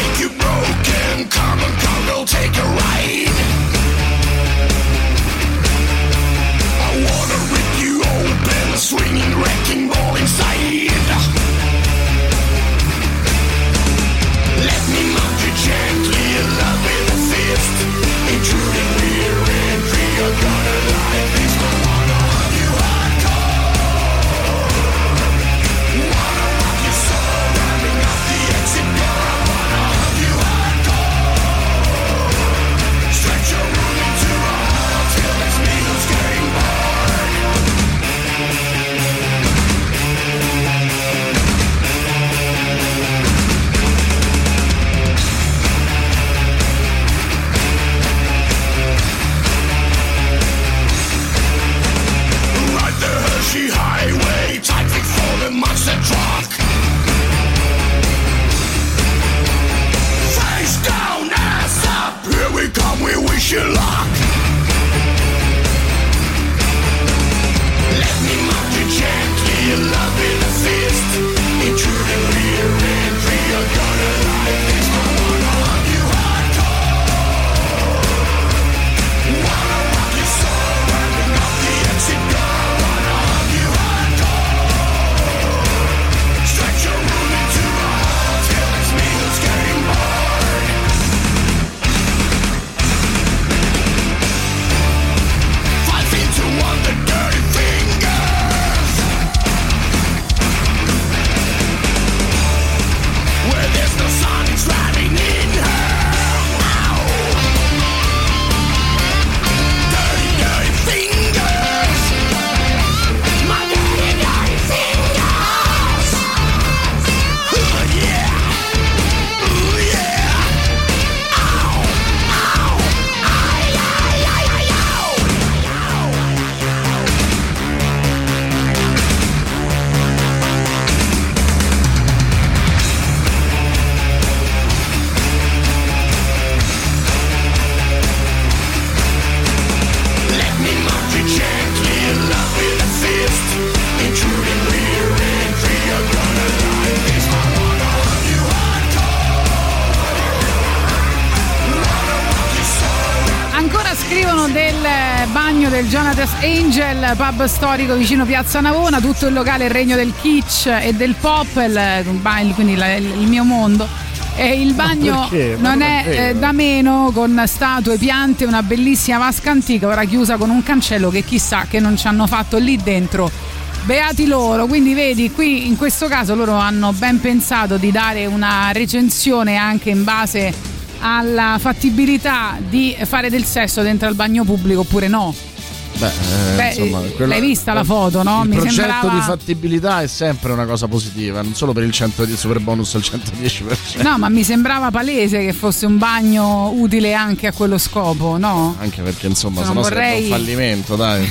Speaker 5: del Jonathan Angel, pub storico vicino Piazza Navona, tutto il locale il regno del kitsch e del pop, quindi il mio mondo. E il bagno non è da meno, con statue, piante, una bellissima vasca antica, ora chiusa con un cancello che chissà che non ci hanno fatto lì dentro. Beati loro, quindi vedi, qui in questo caso loro hanno ben pensato di dare una recensione anche in base alla fattibilità di fare del sesso dentro al bagno pubblico oppure no.
Speaker 4: Insomma,
Speaker 5: l'hai vista la foto, no?
Speaker 4: Il
Speaker 5: Mi
Speaker 4: progetto
Speaker 5: sembrava
Speaker 4: di fattibilità è sempre una cosa positiva, non solo per il super bonus al 110%.
Speaker 5: No, ma mi sembrava palese che fosse un bagno utile anche a quello scopo, no?
Speaker 4: Anche perché insomma sennò sarebbe un fallimento, dai.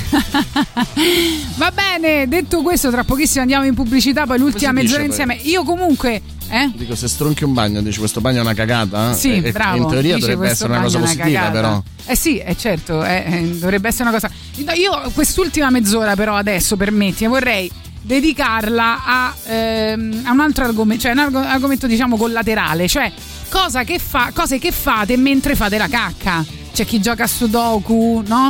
Speaker 5: Va bene, detto questo, tra pochissimo andiamo in pubblicità, poi l'ultima mezz'ora insieme. Io comunque
Speaker 4: dico, se stronchi un bagno, dici questo bagno è una cagata?
Speaker 5: Sì, bravo.
Speaker 4: In teoria
Speaker 5: Dice
Speaker 4: dovrebbe essere una cosa positiva, però.
Speaker 5: Sì, è certo, dovrebbe essere una cosa. Io quest'ultima mezz'ora, però, adesso permetti, vorrei dedicarla a un altro argomento, cioè un argomento diciamo collaterale, cioè cose che fate mentre fate la cacca. C'è chi gioca a Sudoku, no?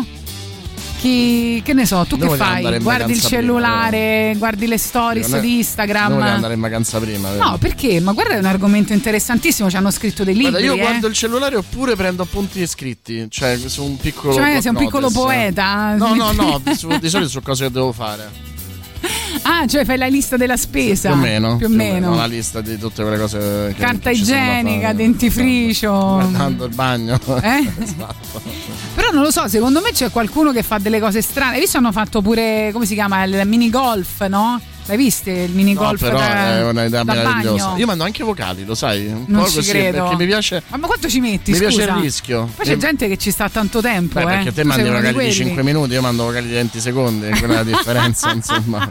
Speaker 5: Che ne so, tu che fai? Guardi il cellulare, guardi le stories di Instagram.
Speaker 4: Non voglio andare in vacanza prima.
Speaker 5: No, perché? Ma guarda, è un argomento interessantissimo. Ci hanno scritto dei libri.
Speaker 4: Guarda, io guardo il cellulare oppure prendo appunti scritti. Cioè, su un piccolo.
Speaker 5: Cioè, sei un piccolo poeta?
Speaker 4: No, di solito su cose che devo fare.
Speaker 5: Ah, cioè fai la lista della spesa?
Speaker 4: Più o meno. La lista di tutte quelle cose.
Speaker 5: Carta igienica, dentifricio.
Speaker 4: Guardando il bagno.
Speaker 5: Esatto. Però non lo so, secondo me c'è qualcuno che fa delle cose strane. Hai visto, hanno fatto pure, come si chiama, il mini golf, no? L'hai visto il mini golf?
Speaker 4: Però è un'idea meravigliosa.
Speaker 5: Bagno.
Speaker 4: Io mando anche vocali, lo sai? Un
Speaker 5: non
Speaker 4: po'
Speaker 5: ci
Speaker 4: così,
Speaker 5: credo.
Speaker 4: perché mi piace.
Speaker 5: Ma quanto ci metti?
Speaker 4: Mi
Speaker 5: scusa?
Speaker 4: piace il rischio.
Speaker 5: Poi c'è gente che ci sta tanto tempo.
Speaker 4: Perché te mandi vocali di 5 minuti, io mando vocali di 20 secondi, quella è la differenza, insomma.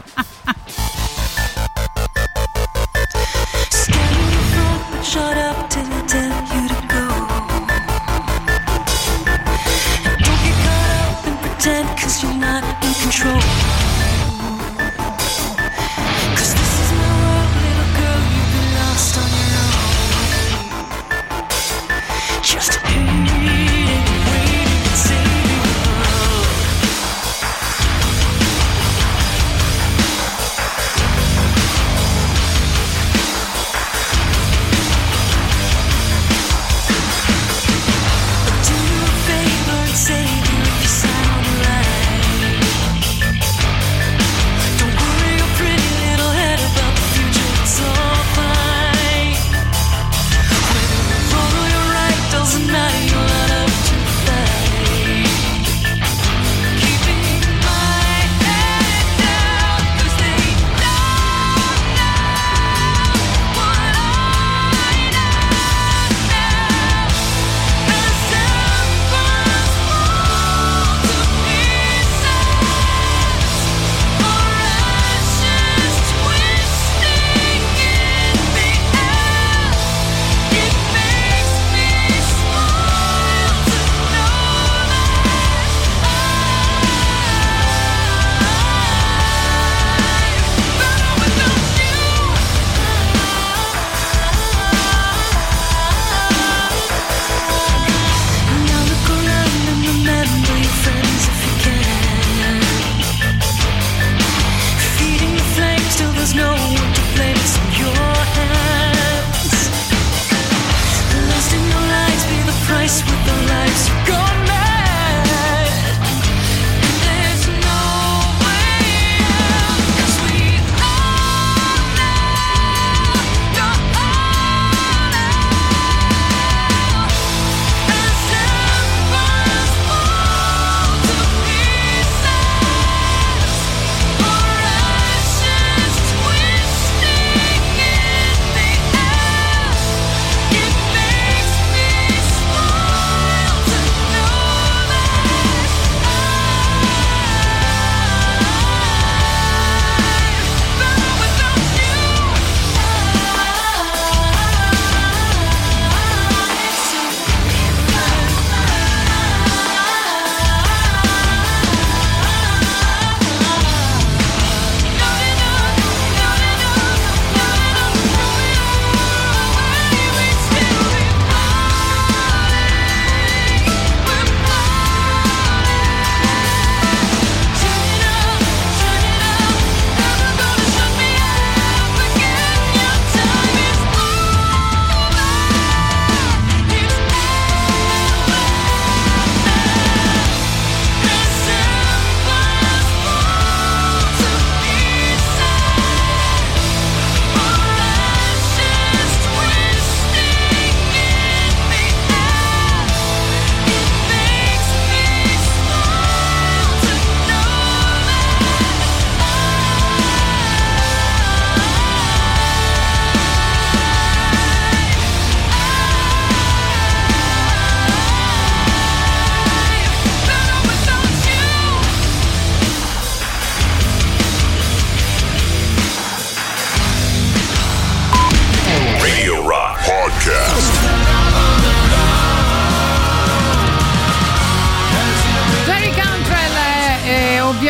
Speaker 12: Shut up till I tell you to go. And don't get caught up and pretend, 'cause you're not in control. 'Cause this is my world, little girl, you've been lost on your own. Just waiting and saving the world.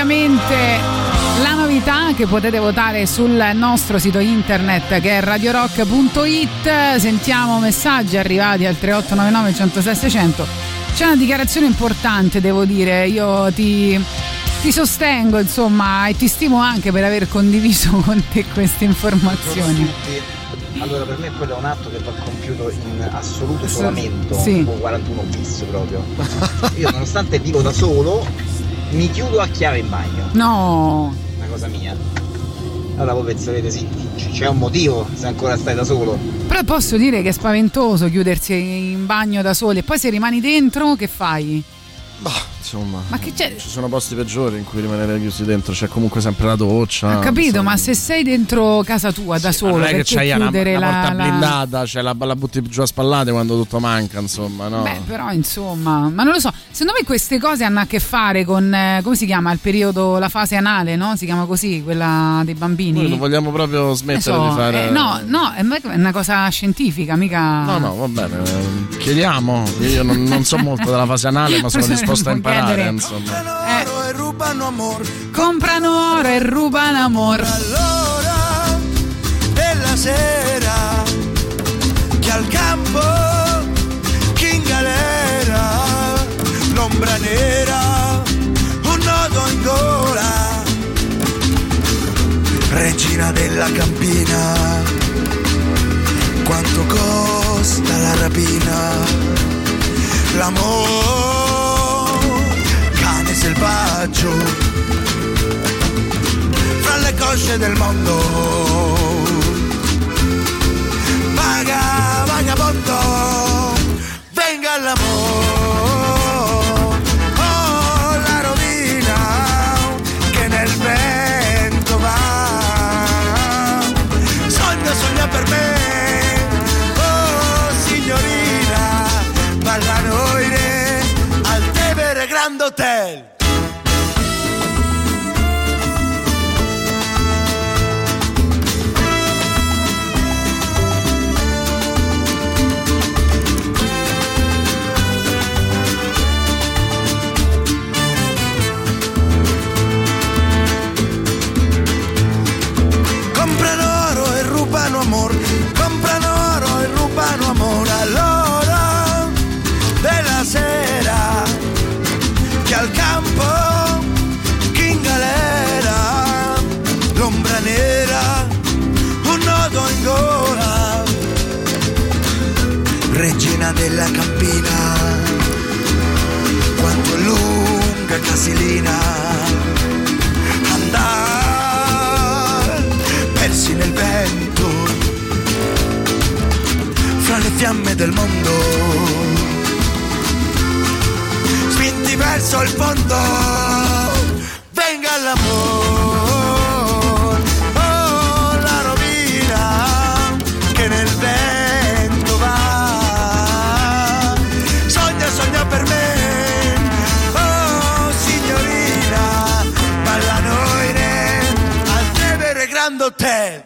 Speaker 5: ovviamente la novità che potete votare sul nostro sito internet che è radiorock.it. Sentiamo messaggi arrivati al 3899 106 600. C'è una dichiarazione importante, devo dire, io ti sostengo, insomma, e ti stimo anche per aver condiviso con te queste informazioni.
Speaker 8: Allora, per me quello è un atto che va compiuto in assoluto isolamento,
Speaker 5: sì.
Speaker 8: tipo 41 bis proprio. Io, nonostante vivo da solo, mi chiudo a chiave in bagno.
Speaker 5: No!
Speaker 8: Una cosa mia. Allora voi penserete, sì, c'è un motivo se ancora stai da solo.
Speaker 5: Però posso dire che è spaventoso chiudersi in bagno da soli e poi se rimani dentro che fai?
Speaker 4: Insomma,
Speaker 5: ma che c'è?
Speaker 4: Ci sono posti peggiori in cui rimanere chiusi dentro, c'è comunque sempre la doccia.
Speaker 5: Ho capito,
Speaker 4: insomma.
Speaker 5: ma se sei dentro casa tua da solo,
Speaker 4: non è che
Speaker 5: perché
Speaker 4: c'hai una porta
Speaker 5: la
Speaker 4: blindata, cioè la butti giù a spallate quando tutto manca, insomma, no?
Speaker 5: Beh, però insomma, ma non lo so, secondo me queste cose hanno a che fare con come si chiama il periodo, la fase anale, no? Si chiama così, quella dei bambini.
Speaker 4: Noi non vogliamo proprio smettere di fare.
Speaker 5: No, è una cosa scientifica, mica.
Speaker 4: No, va bene. Chiediamo. Io non so molto della fase anale, ma sono disposto a imparare, insomma.
Speaker 12: E rubano amor.
Speaker 5: Comprano oro e rubano amor.
Speaker 12: All'ora della sera, chi al campo, chi in galera, l'ombra nera, un nodo in gola, regina della campina, quanto costa la rapina, l'amore, cane selvaggio, fra le cosce del mondo, vaga, vagabondo, venga l'amore, oh la rovina che nel vento va, sogna per me, oh signorina, ballano in al Tevere Grand Hotel. Comprano oro e rubano amor, comprano oro e rubano amor all'ora della sera, chi al campo, chi in galera, l'ombra nera, un nodo in gola, regina della campina, quanto è lunga Casilina, andar persi nel vento, fra le fiamme del mondo, spinti verso il fondo, venga l'amore, oh la rovina che nel vento va, sogna per me, oh signorina, ballano in al Tevere Grand Hotel.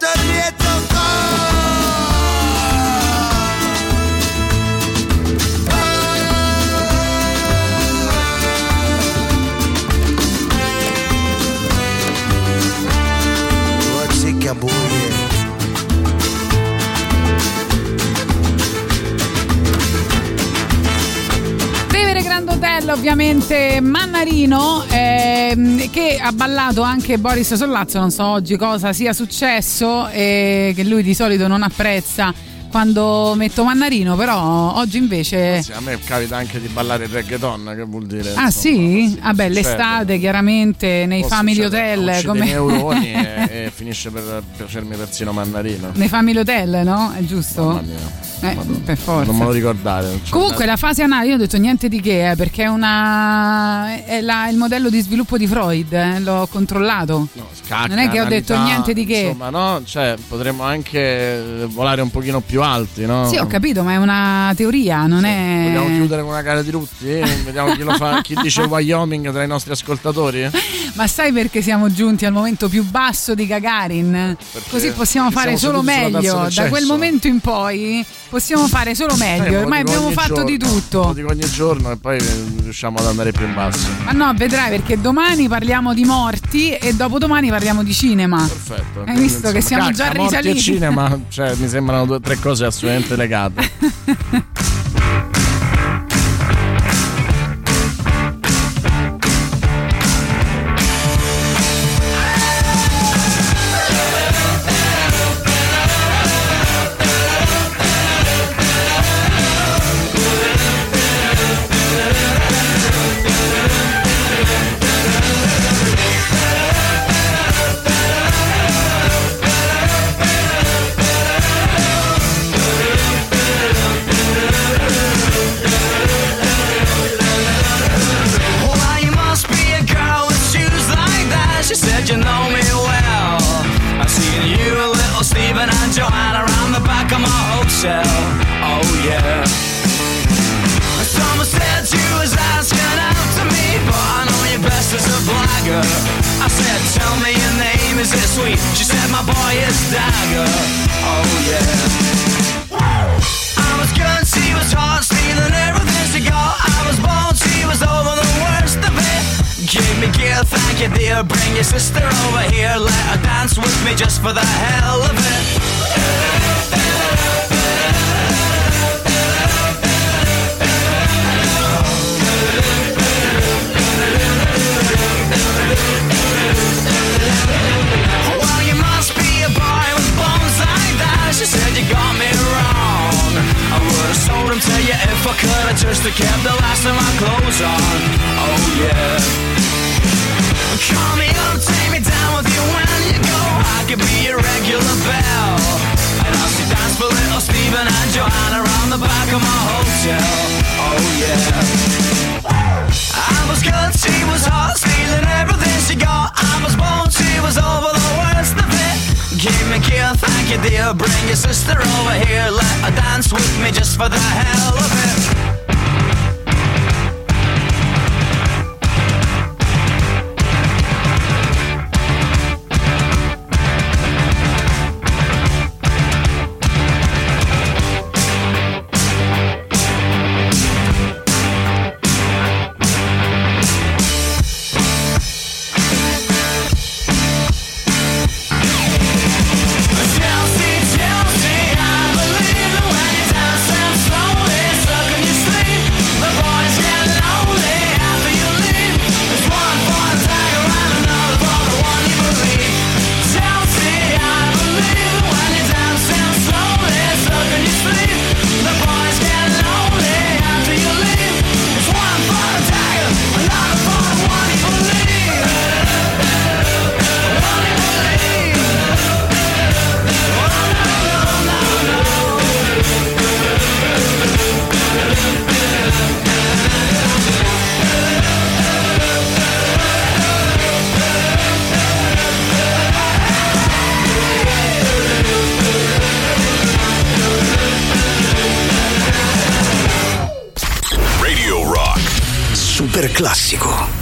Speaker 5: Tevere Grand Hotel, ovviamente Mannarino, che ha ballato anche Boris Sollazzo, non so oggi cosa sia successo, che lui di solito non apprezza quando metto Mannarino, però oggi invece
Speaker 4: sì, a me capita anche di ballare il reggaeton, che vuol dire
Speaker 5: ah insomma, sì? Vabbè, l'estate certo. Chiaramente nei family hotel
Speaker 4: come neuroni e finisce per piacermi persino Mannarino
Speaker 5: nei family hotel, no? È giusto?
Speaker 4: Mamma mia.
Speaker 5: Per forza.
Speaker 4: Non me lo ricordare.
Speaker 5: Comunque la fase anale, io ho detto niente di che, perché è il modello di sviluppo di Freud, l'ho controllato.
Speaker 4: No, scacca,
Speaker 5: non è che ho detto niente di che.
Speaker 4: Insomma, no, cioè potremmo anche volare un pochino più più alti, no?
Speaker 5: Sì, ho capito, ma è una teoria, non è.
Speaker 4: Vogliamo chiudere con una gara di Rutti? Vediamo chi lo fa, chi dice Wyoming tra i nostri ascoltatori.
Speaker 5: Ma sai perché siamo giunti al momento più basso di Gagarin? Così possiamo fare solo meglio. Da quel momento in poi possiamo fare solo meglio. Ormai abbiamo fatto di tutto.
Speaker 4: Lo dico ogni giorno e poi riusciamo ad andare più in basso.
Speaker 5: Ma no, vedrai, perché domani parliamo di morti e dopodomani parliamo di cinema.
Speaker 4: Perfetto.
Speaker 5: Hai visto che siamo già
Speaker 4: morti
Speaker 5: risaliti?
Speaker 4: e cinema, cioè, mi sembrano 2 o 3 cose assolutamente legate.
Speaker 14: You know me well. I've seen you and little Stephen and Joanna around the back of my hotel. Oh yeah. Someone said you was asking out to me, but I know you best as a blagger. I said, tell me your name, is it sweet? She said, my boy is Dagger. Oh yeah. I was good, she was hot, stealing everything she got. I was bold, she was over the worst of it. Give me gear, thank you dear. Bring your sister over here. Let her dance with me just for the hell of it. Well, you must be a boy with bones like that. She said you got me wrong. I would've sold him to you if I could've just kept the last of my clothes on. Oh yeah. Call me up, take me down with you when you go. I could be your regular belle. And I'll see dance for little Stephen and Joanna around the back of my hotel. Oh yeah. I was good, she was hot, stealing everything she got. I was bold, she was over the worst of it. Give me gear, thank you dear. Bring your sister over here. Let her dance with me just for the hell of it.
Speaker 1: Super classico.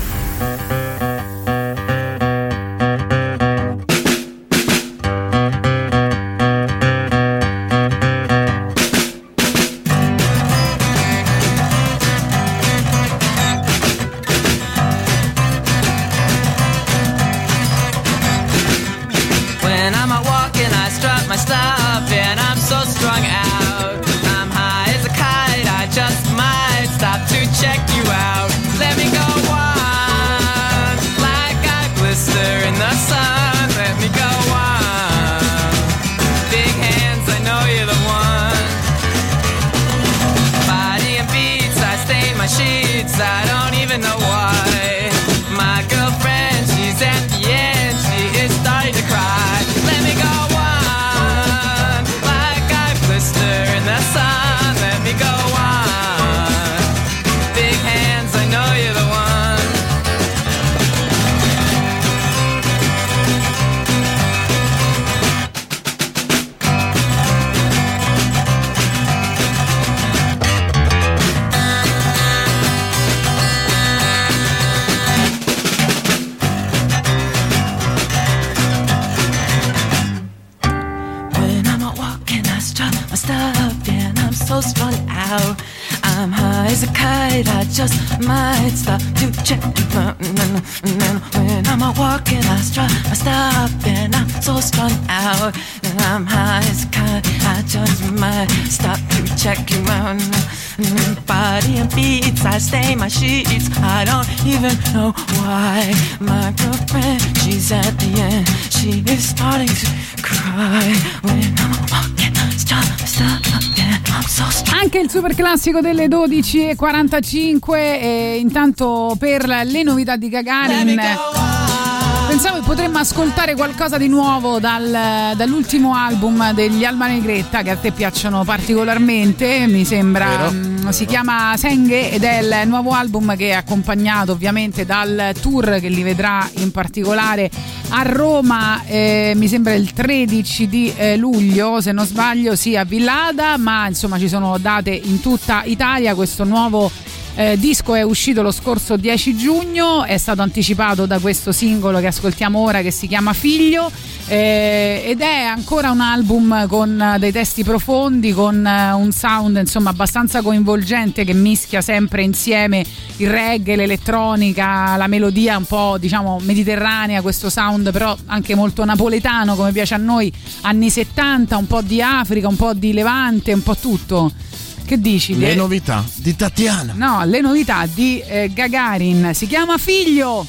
Speaker 14: When I'm out walking, I strut my stuff, and I'm so strung out. I'm high as a kite, I just might stop to check you out. Let me go wild.
Speaker 7: so strung out. I'm high as a kite, I just might stop to check the and then when I'm a walking, I stop and I'm so strung out. And I'm high as a kite, I just might stop to check you out. Body and beats, I stain my sheets. I don't even know why. My girlfriend, she's at the end. She is starting to cry when I'm walking. Stop again. I'm so strong.
Speaker 5: Anche il super classico delle 12:45 e intanto per le novità di Gagarin pensavo che potremmo ascoltare qualcosa di nuovo dall'ultimo album degli Alma Negretta, che a te piacciono particolarmente, mi sembra. Si chiama Senghe ed è il nuovo album che è accompagnato ovviamente dal tour che li vedrà in particolare a Roma, mi sembra il 13 di luglio se non sbaglio, sì, a Villada, ma insomma ci sono date in tutta Italia. Questo nuovo disco è uscito lo scorso 10 giugno, è stato anticipato da questo singolo che ascoltiamo ora, che si chiama Figlio, ed è ancora un album con dei testi profondi, con un sound insomma abbastanza coinvolgente, che mischia sempre insieme il reggae, l'elettronica, la melodia un po' diciamo mediterranea, questo sound però anche molto napoletano come piace a noi, anni 70, un po' di Africa, un po' di Levante, un po' tutto. Che dici?
Speaker 4: Le novità di Tatiana.
Speaker 5: No, le novità di Gagarin. Si chiama Figlio.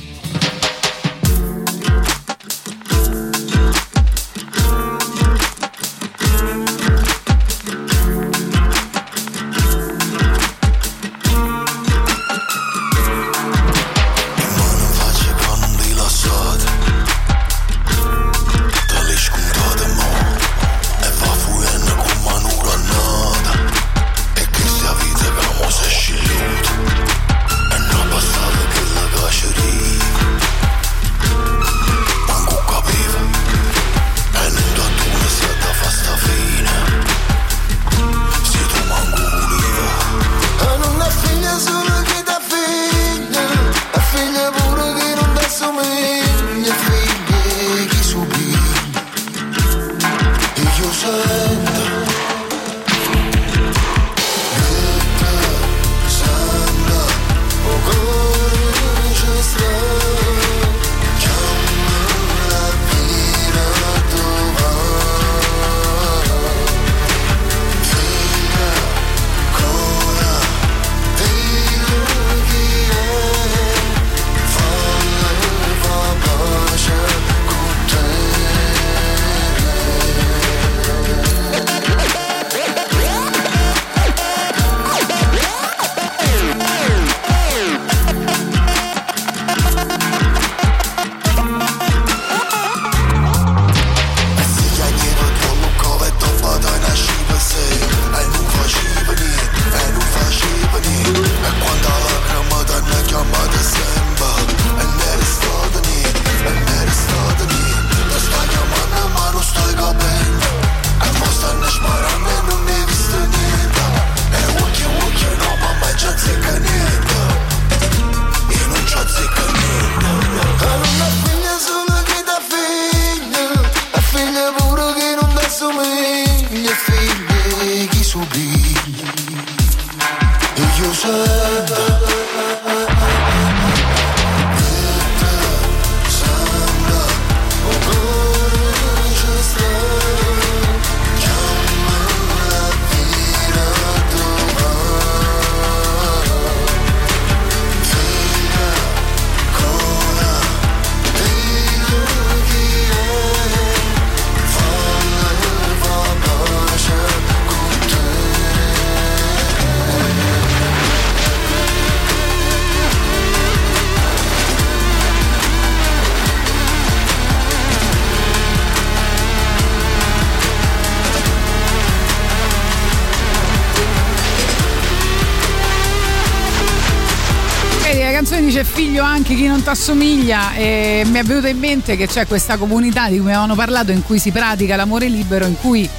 Speaker 5: Dice Figlio anche chi non t'assomiglia, e mi è venuto in mente che c'è questa comunità di cui avevano parlato, in cui si pratica l'amore libero, in cui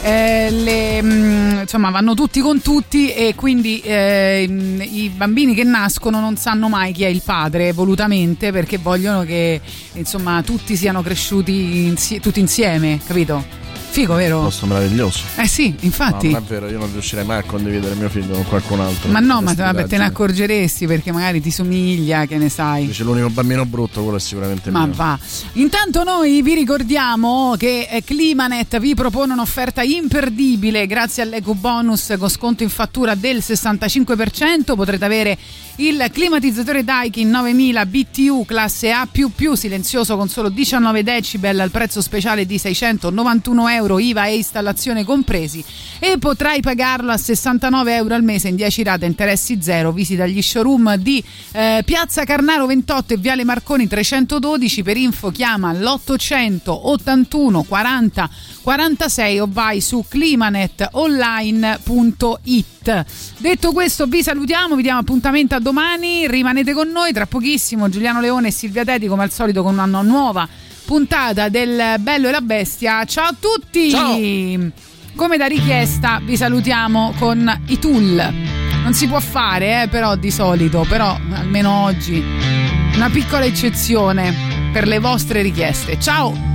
Speaker 5: insomma vanno tutti con tutti, e quindi i bambini che nascono non sanno mai chi è il padre volutamente, perché vogliono che insomma tutti siano cresciuti tutti insieme, capito? Figo, vero?
Speaker 4: Posto meraviglioso.
Speaker 5: Sì, infatti.
Speaker 4: No, non è vero, io non riuscirei mai a condividere mio figlio con qualcun altro.
Speaker 5: Ma no, ma vabbè, te ne accorgeresti perché magari ti somiglia, che ne sai.
Speaker 4: Dice l'unico bambino brutto, quello è sicuramente
Speaker 5: ma
Speaker 4: mio.
Speaker 5: Va. Intanto noi vi ricordiamo che Climanet vi propone un'offerta imperdibile grazie all'eco bonus con sconto in fattura del 65%. Potrete avere il climatizzatore Daikin 9000 BTU classe A++, silenzioso con solo 19 decibel al prezzo speciale di €691, IVA e installazione compresi, e potrai pagarlo a €69 al mese in 10 rate, interessi zero. Visita gli showroom di Piazza Carnaro 28 e Viale Marconi 312. Per info chiama l'800 81 40 46 o vai su climanetonline.it. Detto questo vi salutiamo, vi diamo appuntamento a domani, rimanete con noi, tra pochissimo Giuliano Leone e Silvia Teti come al solito con una nuova puntata del Bello e la Bestia. Ciao a tutti.
Speaker 4: Ciao.
Speaker 5: Come da richiesta vi salutiamo con i Tool. Non si può fare però di solito, però almeno oggi una piccola eccezione per le vostre richieste. Ciao.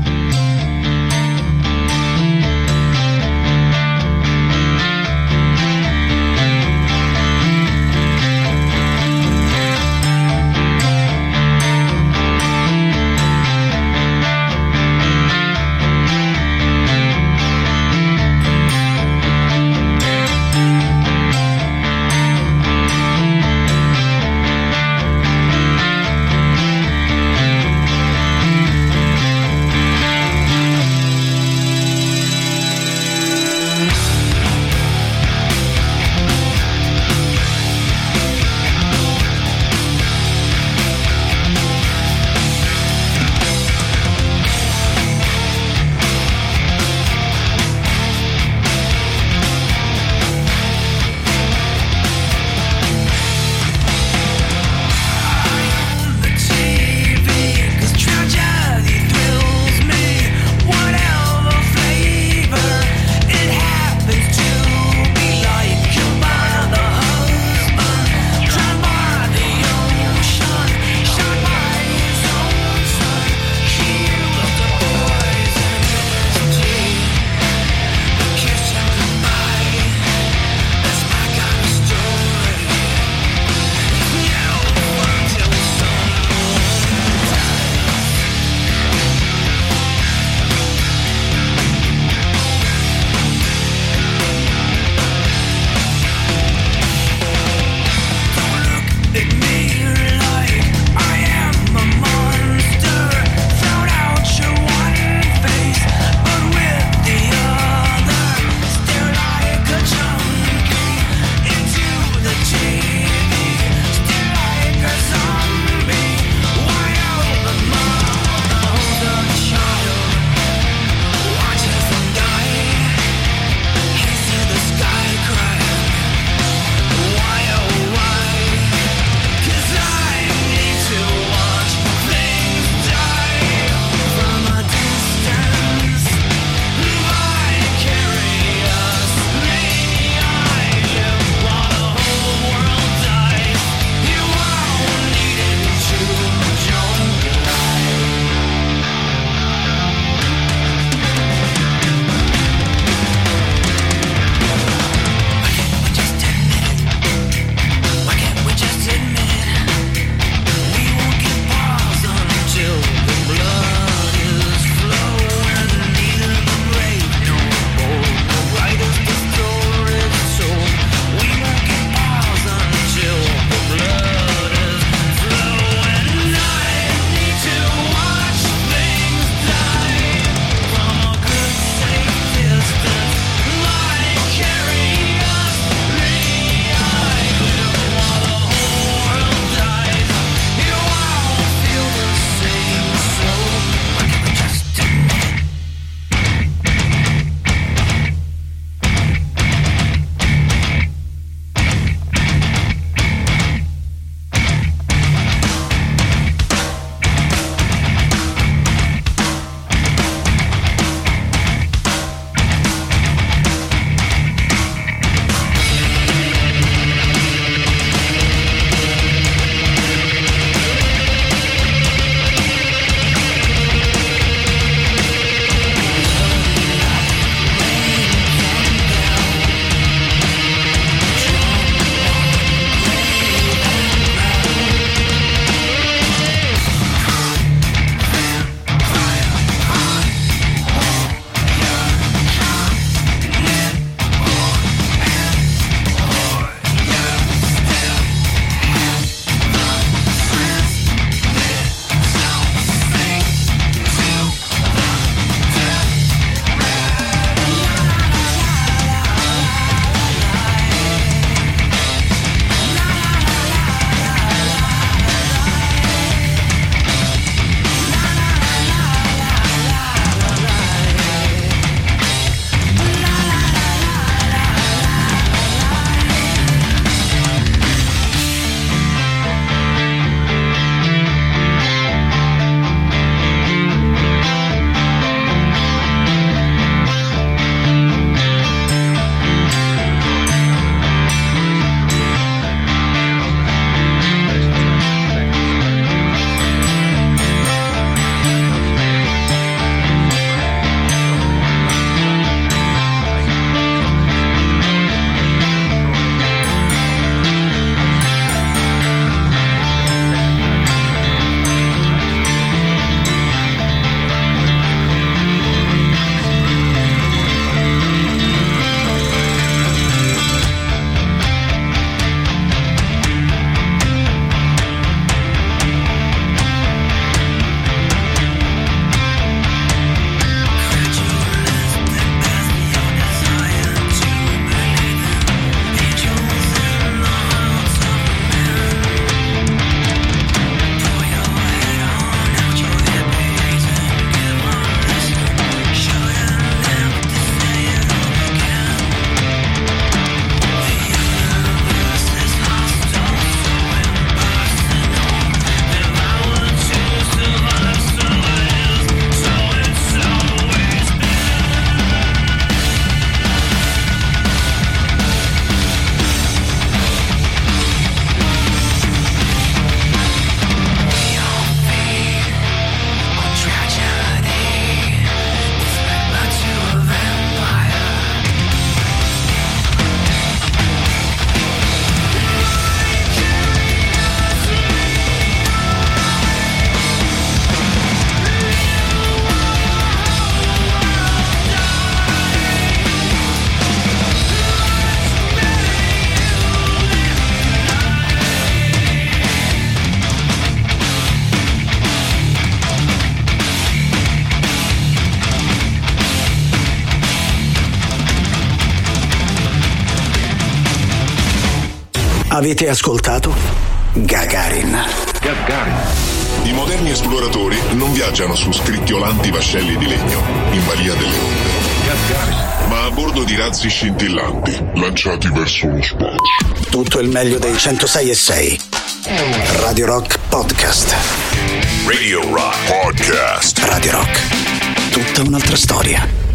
Speaker 1: Avete ascoltato Gagarin.
Speaker 2: I moderni esploratori non viaggiano su scricchiolanti vascelli di legno in balia delle onde, ma a bordo di razzi scintillanti lanciati verso lo spazio.
Speaker 1: Tutto il meglio dei 106.6. Radio Rock Podcast.
Speaker 2: Radio Rock Podcast.
Speaker 1: Radio Rock. Tutta un'altra storia.